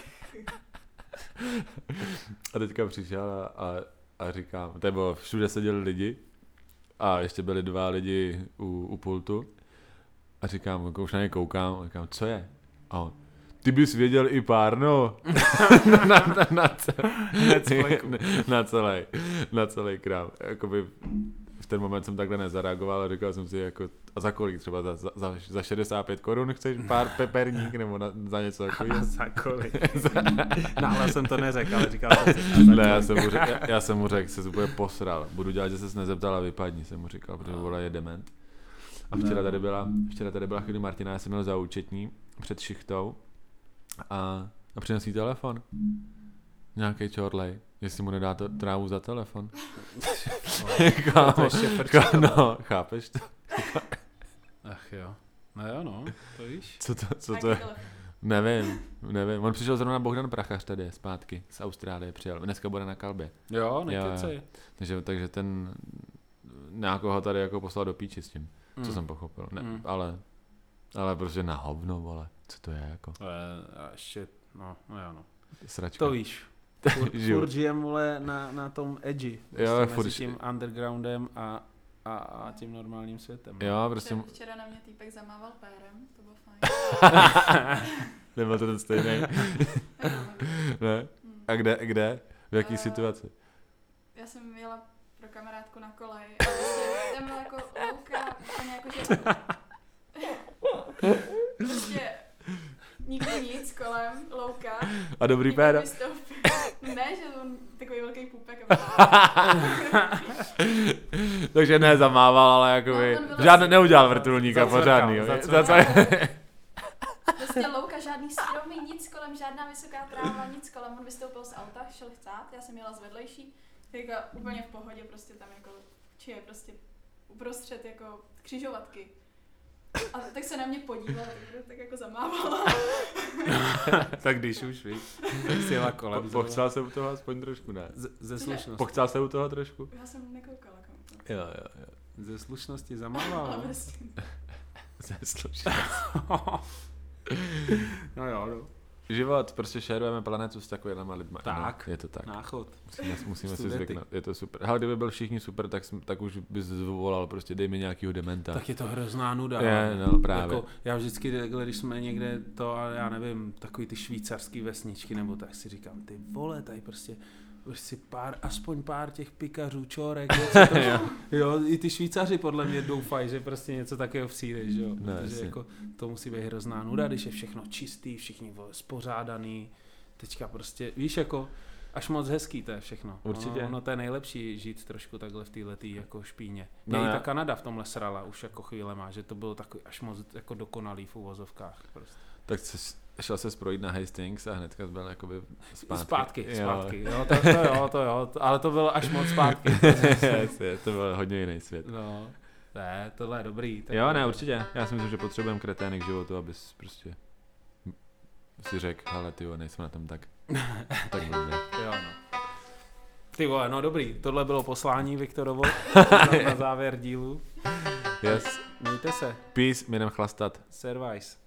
A teďka přišel a říkám, tady bylo, všude seděli lidi a ještě byli 2 lidi u pultu a říkám, už na ně koukám a říkám, co je? A on, ty bys věděl i pár, no. na celý krám. Jakoby v ten moment jsem takhle nezareagoval a říkal jsem si, jako, a za kolik třeba? Za 65 korun chceš pár peperník nebo za něco takového? Za kolik? Náhle jsem to neřekl, ale říkal jsem si. Ne, já jsem mu řekl, se úplně posral. Budu dělat, že ses nezeptal a vypadni, jsem mu říkal, protože vole je dement. A včera tady byla chvíli Martina, já jsem měl za účetní před šichtou a přinesl jí telefon. Nějaký čorlej, jestli mu nedá trávu za telefon. No, chápeš to? Ach jo. No jo, no, to víš. Co to je? Nevím, Nevím, on přišel zrovna Bohdan Prachař tady zpátky z Austrálie přijel. Dneska bude na Kalbě. Jo, nekecej. Takže ten nějakoho tady jako poslal do píči s tím, co jsem pochopil. Ne, ale prostě na hovno, vole. Co to je jako? A ještě, no jo no. Sračka. To víš. Furt žijem, vole, na tom edži. Jo, mezi tím undergroundem a tím normálním světem. Jo, prostě... Včera na mě týpek zamával pérem, to bylo fajn. Nebyl to ten stejný? Ne? A kde? V jaký situaci? Já jsem jela pro kamarádku na kolej a prostě tam byla jako louka, úplně jako že... prostě nikdy nic kolem, louka. A dobrý péro? Ne, že on takový velký půpek. Takže ne zamával, ale jakoby... Žádný neudělal vrtulníka pořádný. Prostě louka, žádný stromy, nic kolem, žádná vysoká tráva, nic kolem. On vystoupil z auta, šel chcát, já jsem jela z vedlejší, teďka úplně v pohodě, prostě tam jako, či je prostě uprostřed jako křižovatky. A tak se na mě podíval, tak jako zamávala. Tak když už, víš, tak si jela kolem. Pochcel se u toho aspoň trošku, ne? Ze slušnosti. Pochcel se u toho trošku? Já jsem nekoukala kam to. Jo. Ze slušnosti zamávala. Ze slušnosti. No jo, no. Život, prostě šerujeme planetu s takovýma lidma. Tak, no, je to tak. Náchod. Musíme si zvyknout, je to super. Ale kdyby byl všichni super, tak už bys zvolal, prostě dej mi nějakýho dementa. Tak je to hrozná nuda. Je, no právě. Jako, já vždycky, když jsme někde to, já nevím, takový ty švýcarský vesničky, nebo tak si říkám, ty vole, tady prostě si aspoň pár těch pikařů, čorek, jo, i ty Švýcaři podle mě doufají, že prostě něco takového přijde, že jo, protože jako to musí být hrozná nuda, když je všechno čistý, všichni spořádaný, teďka prostě, víš, jako až moc hezký to je všechno. Určitě. Ono to je nejlepší žít trošku takhle v téhletý jako špíně. No i ta Kanada v tomhle srala už jako chvíle má, že to bylo takový až moc jako dokonalý v uvozovkách. Prostě. Tak šel se projít na Hastings a hnedka byl jakoby zpátky. Jo, to jo, ale to bylo až moc zpátky. To byl hodně jiný svět. No, ne, tohle je dobrý. Jo, ne, určitě. Já si myslím, že potřebujeme kretény k životu, abys prostě si řekl, ale tyjo, nejsme na tom tak blbě. Jo, no. Ty vole, no dobrý, tohle bylo poslání Viktorovo na závěr dílu. Yes. Mějte se. Peace, my jdem chlastat. Servajs.